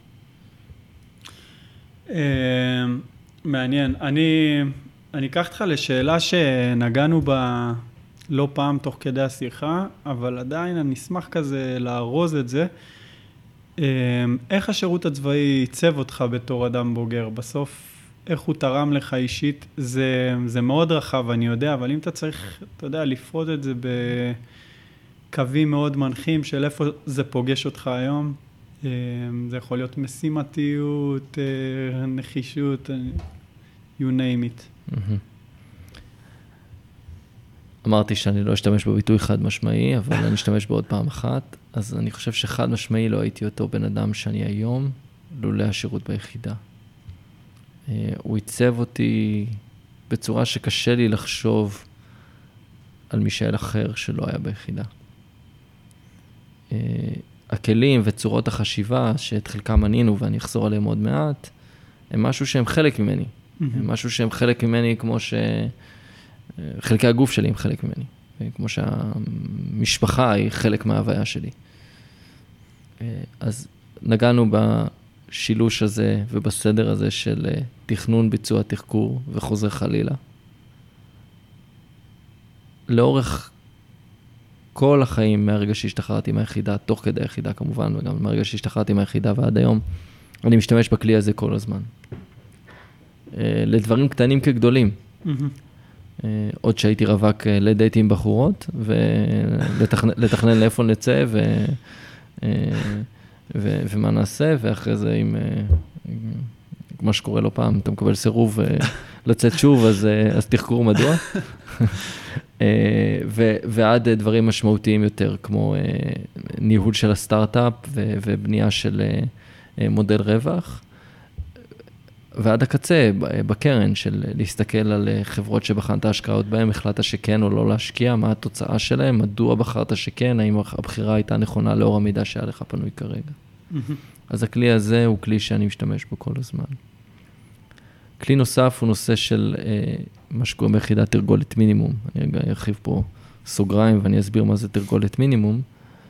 מעניין. אני, אני אקח אותך לשאלה שנגענו בה לא פעם תוך כדי השיחה, אבל עדיין אני אשמח כזה לארוז את זה. איך השירות הצבאי ייצב אותך בתור אדם בוגר? בסוף איך הוא תרם לך אישית, זה, זה מאוד רחב, אני יודע, אבל אם אתה צריך, אתה יודע, לפרוט את זה בקווים מאוד מנחים של איפה זה פוגש אותך היום, זה יכול להיות משימתיות, נחישות, you name it. אמרתי שאני לא אשתמש בביטוי חד משמעי, אבל אני אשתמש בעוד פעם אחת. אז אני חושב שחד משמעי לא הייתי אותו בן אדם שאני היום, לולא השירות ביחידה. הוא עיצב אותי בצורה שקשה לי לחשוב על מישאל אחר שלא היה ביחידה. הכלים וצורות החשיבה, שאת חלקם ענינו ואני אחזור עליהם עוד מעט, הם משהו שהם חלק ממני. הם משהו שהם חלק ממני כמו ש... חלקי הגוף שלי הם חלק ממני. כמו שהמשפחה היא חלק מההוויה שלי. אז נגענו בשילוש הזה ובסדר הזה של תכנון, ביצוע, תחקור וחוזר חלילה. לאורך כל החיים, מהרגע שהשתחררתי מהיחידה, תוך כדי היחידה כמובן, וגם מהרגע שהשתחררתי מהיחידה ועד היום, אני משתמש בכלי הזה כל הזמן. לדברים קטנים כגדולים. עוד שהייתי רווק לדייטים עם בחורות, ולתכנן לאיפה נצא, ו... ו... ומה נעשה, ואחרי זה עם... כמו שקורה לו פעם, אתה מקבל סירוב לצאת שוב, אז, אז תחקרו מדוע. ו... ועד דברים משמעותיים יותר, כמו ניהול של הסטארט-אפ, ו... ובנייה של מודל רווח. ועד הקצה, בקרן, של להסתכל על חברות שבחנת ההשקעות בהן, החלטת שכן או לא להשקיע, מה התוצאה שלהם, מדוע בחרת שכן, האם הבחירה הייתה נכונה לאור המידע שהיה לך פנוי כרגע. אז הכלי הזה הוא כלי שאני משתמש בו כל הזמן. כלי נוסף הוא נושא של מה שקוראים ביחידת תרגולת מינימום. אני רגע ארחיב פה סוגריים ואני אסביר מה זה תרגולת מינימום.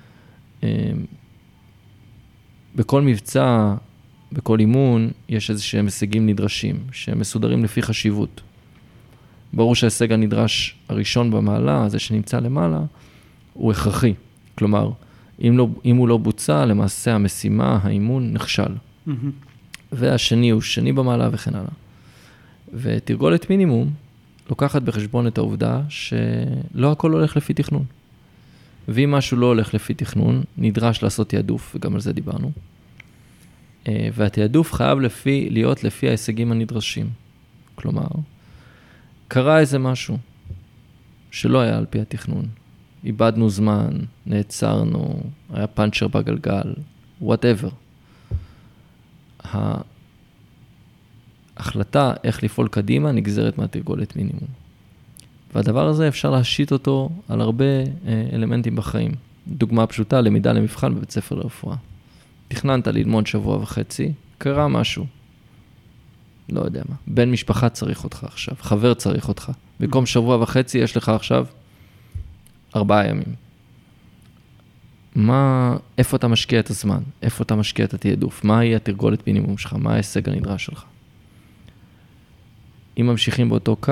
בכל מבצע, בכל אימון, יש איזשהם הישגים נדרשים, שהם מסודרים לפי חשיבות. ברור שההישג הנדרש הראשון במעלה, זה שנמצא למעלה, הוא הכרחי. כלומר, אם, לא, אם הוא לא בוצע, למעשה המשימה, האימון, נכשל. Mm-hmm. והשני הוא שני במעלה וכן הלאה. ותרגולת מינימום לוקחת בחשבון את העובדה שלא הכל הולך לפי תכנון. ואם משהו לא הולך לפי תכנון, נדרש לעשות תעדוף, וגם על זה דיברנו. והתעדוף חייב לפי, להיות לפי ההישגים הנדרשים. כלומר, קרה איזה משהו שלא היה על פי התכנון. איבדנו זמן, נעצרנו, היה פאנצ'ר בגלגל, whatever. ההחלטה איך לפעול קדימה נגזרת מהתרגולת מינימום. והדבר הזה אפשר להשית אותו על הרבה אלמנטים בחיים. דוגמה פשוטה, למידה למבחן בבית ספר לרפואה. תכננת ללמוד שבוע וחצי, קרה משהו. לא יודע מה. בן משפחה צריך אותך עכשיו, חבר צריך אותך. במקום שבוע וחצי יש לך עכשיו ארבעה ימים. מה, איפה אתה משקיע את הזמן? איפה אתה משקיע את התעדוף? מה היא התרגולת מינימום שלך? מה ההישג הנדרש שלך? אם ממשיכים באותו קו,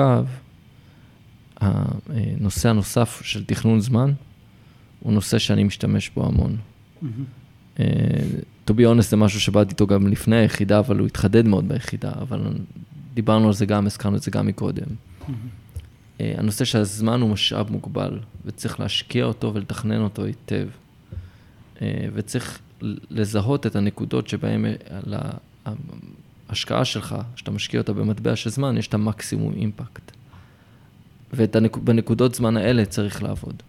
הנושא הנוסף של תכנון זמן, הוא נושא שאני משתמש בו המון. Mm-hmm. to be honest, זה משהו שבאתי איתו גם לפני היחידה, אבל הוא התחדד מאוד ביחידה, אבל דיברנו על זה גם, הזכרנו את זה גם מקודם. Mm-hmm. הנושא שהזמן הוא משאב מוגבל, וצריך להשקיע אותו ולתכנן אותו היטב. וצריך לזהות את הנקודות שבהן ההשקעה שלך, שאתה משקיע אותה במטבע של זמן, יש את המקסימום אימפקט. ובנקודות זמן האלה צריך לעבוד.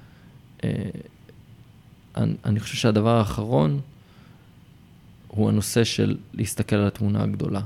אני חושב שהדבר האחרון הוא הנושא של להסתכל על התמונה הגדולה.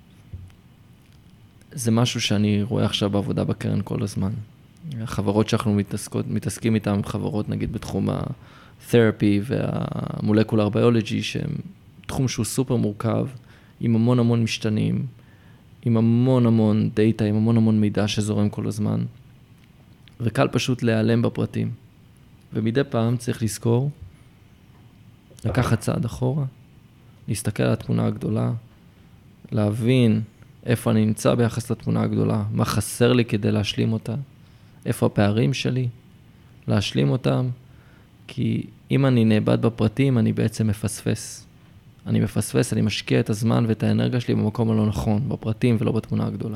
זה משהו שאני רואה עכשיו בעבודה בקרן כל הזמן. החברות שאנחנו מתעסקות, מתעסקים איתן, חברות נגיד בתחום התרפי והמולקולר ביולוגי, שהם תחום שהוא סופר מורכב, עם המון המון משתנים, עם המון המון דאטה, עם המון המון מידע שזורם כל הזמן, וקל פשוט להיעלם בפרטים. ומדי פעם צריך לזכור, לקחת צעד אחורה, להסתכל על התמונה הגדולה, להבין איפה אני נמצא ביחס לתמונה הגדולה, מה חסר לי כדי להשלים אותה, איפה הפערים שלי, להשלים אותם, כי אם אני נאבד בפרטים, אני בעצם מפספס. אני מפספס, אני משקיע את הזמן ואת האנרגיה שלי במקום הלא נכון, בפרטים ולא בתמונה הגדולה.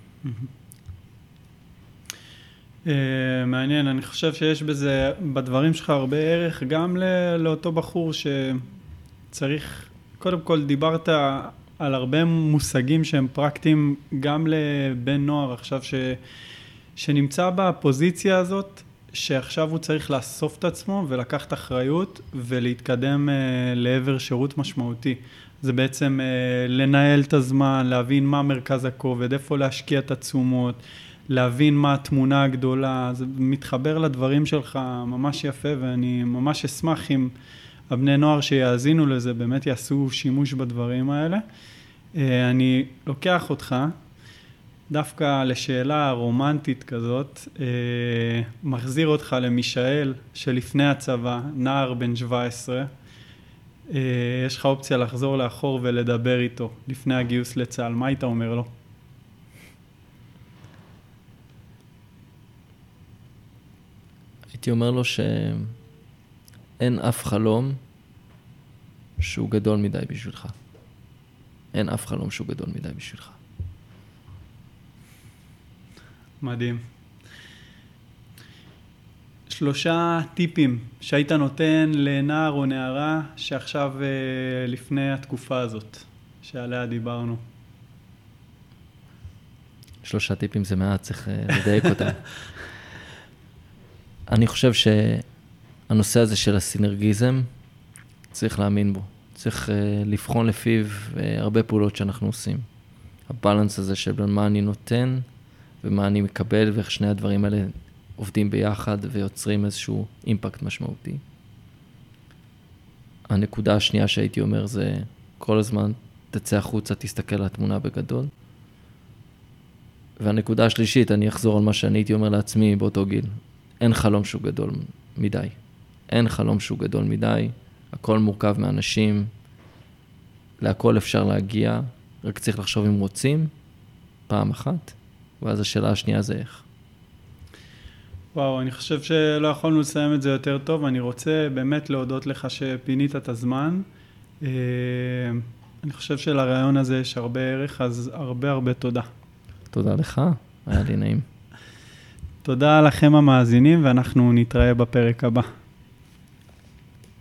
מעניין, אני חושב שיש בזה, בדברים שלך הרבה ערך, גם לאותו בחור שצריך, קודם כל דיברת על הרבה מושגים שהם פרקטיים, גם לבן נוער עכשיו ש, שנמצא בפוזיציה הזאת, שעכשיו הוא צריך לאסוף את עצמו ולקחת אחריות ולהתקדם לעבר שירות משמעותי. זה בעצם לנהל את הזמן, להבין מה מרכז הכובד, איפה להשקיע את התשומות, להבין מה התמונה הגדולה. זה מתחבר לדברים שלך ממש יפה, ואני ממש אשמח אם הבני נוער שיאזינו לזה באמת יעשו שימוש בדברים האלה. אני לוקח אותך דווקא לשאלה רומנטית כזאת, מחזיר אותך למישאל שלפני הצבא, נער בן שבע עשרה, יש לך אופציה לחזור לאחור ולדבר איתו לפני הגיוס לצה"ל, מה היית אומר לו? הייתי אומר לו שאין אף חלום שהוא גדול מדי בשבילך. אין אף חלום שהוא גדול מדי בשבילך. מדהים. שלושה טיפים שהיית נותן לנער או נערה שעכשיו לפני התקופה הזאת שעליה דיברנו. שלושה טיפים זה מעט, צריך לדייק אותם. אני חושב שהנושא הזה של הסינרגיזם, צריך להאמין בו. צריך לבחון לפיו הרבה פעולות שאנחנו עושים. הבלנס הזה של מה אני נותן ומה אני מקבל, ואיך שני הדברים האלה עובדים ביחד ויוצרים איזשהו אימפקט משמעותי. הנקודה השנייה שהייתי אומר זה כל הזמן תצא החוצה, תסתכל על התמונה בגדול. והנקודה השלישית, אני אחזור על מה שאני הייתי אומר לעצמי באותו גיל. אין חלום שהוא גדול מדי. אין חלום שהוא גדול מדי. הכל מורכב מאנשים. להכל אפשר להגיע. רק צריך לחשוב אם רוצים, פעם אחת. ואז השאלה השנייה זה איך. וואו, אני חושב שלא יכולנו לסיים את זה יותר טוב. אני רוצה באמת להודות לך שפינית את הזמן. אני חושב שלרעיון הזה יש הרבה ערך, אז הרבה הרבה תודה. תודה לך, היה לי נעים. תודה לכם המאזינים, ואנחנו נתראה בפרק הבא.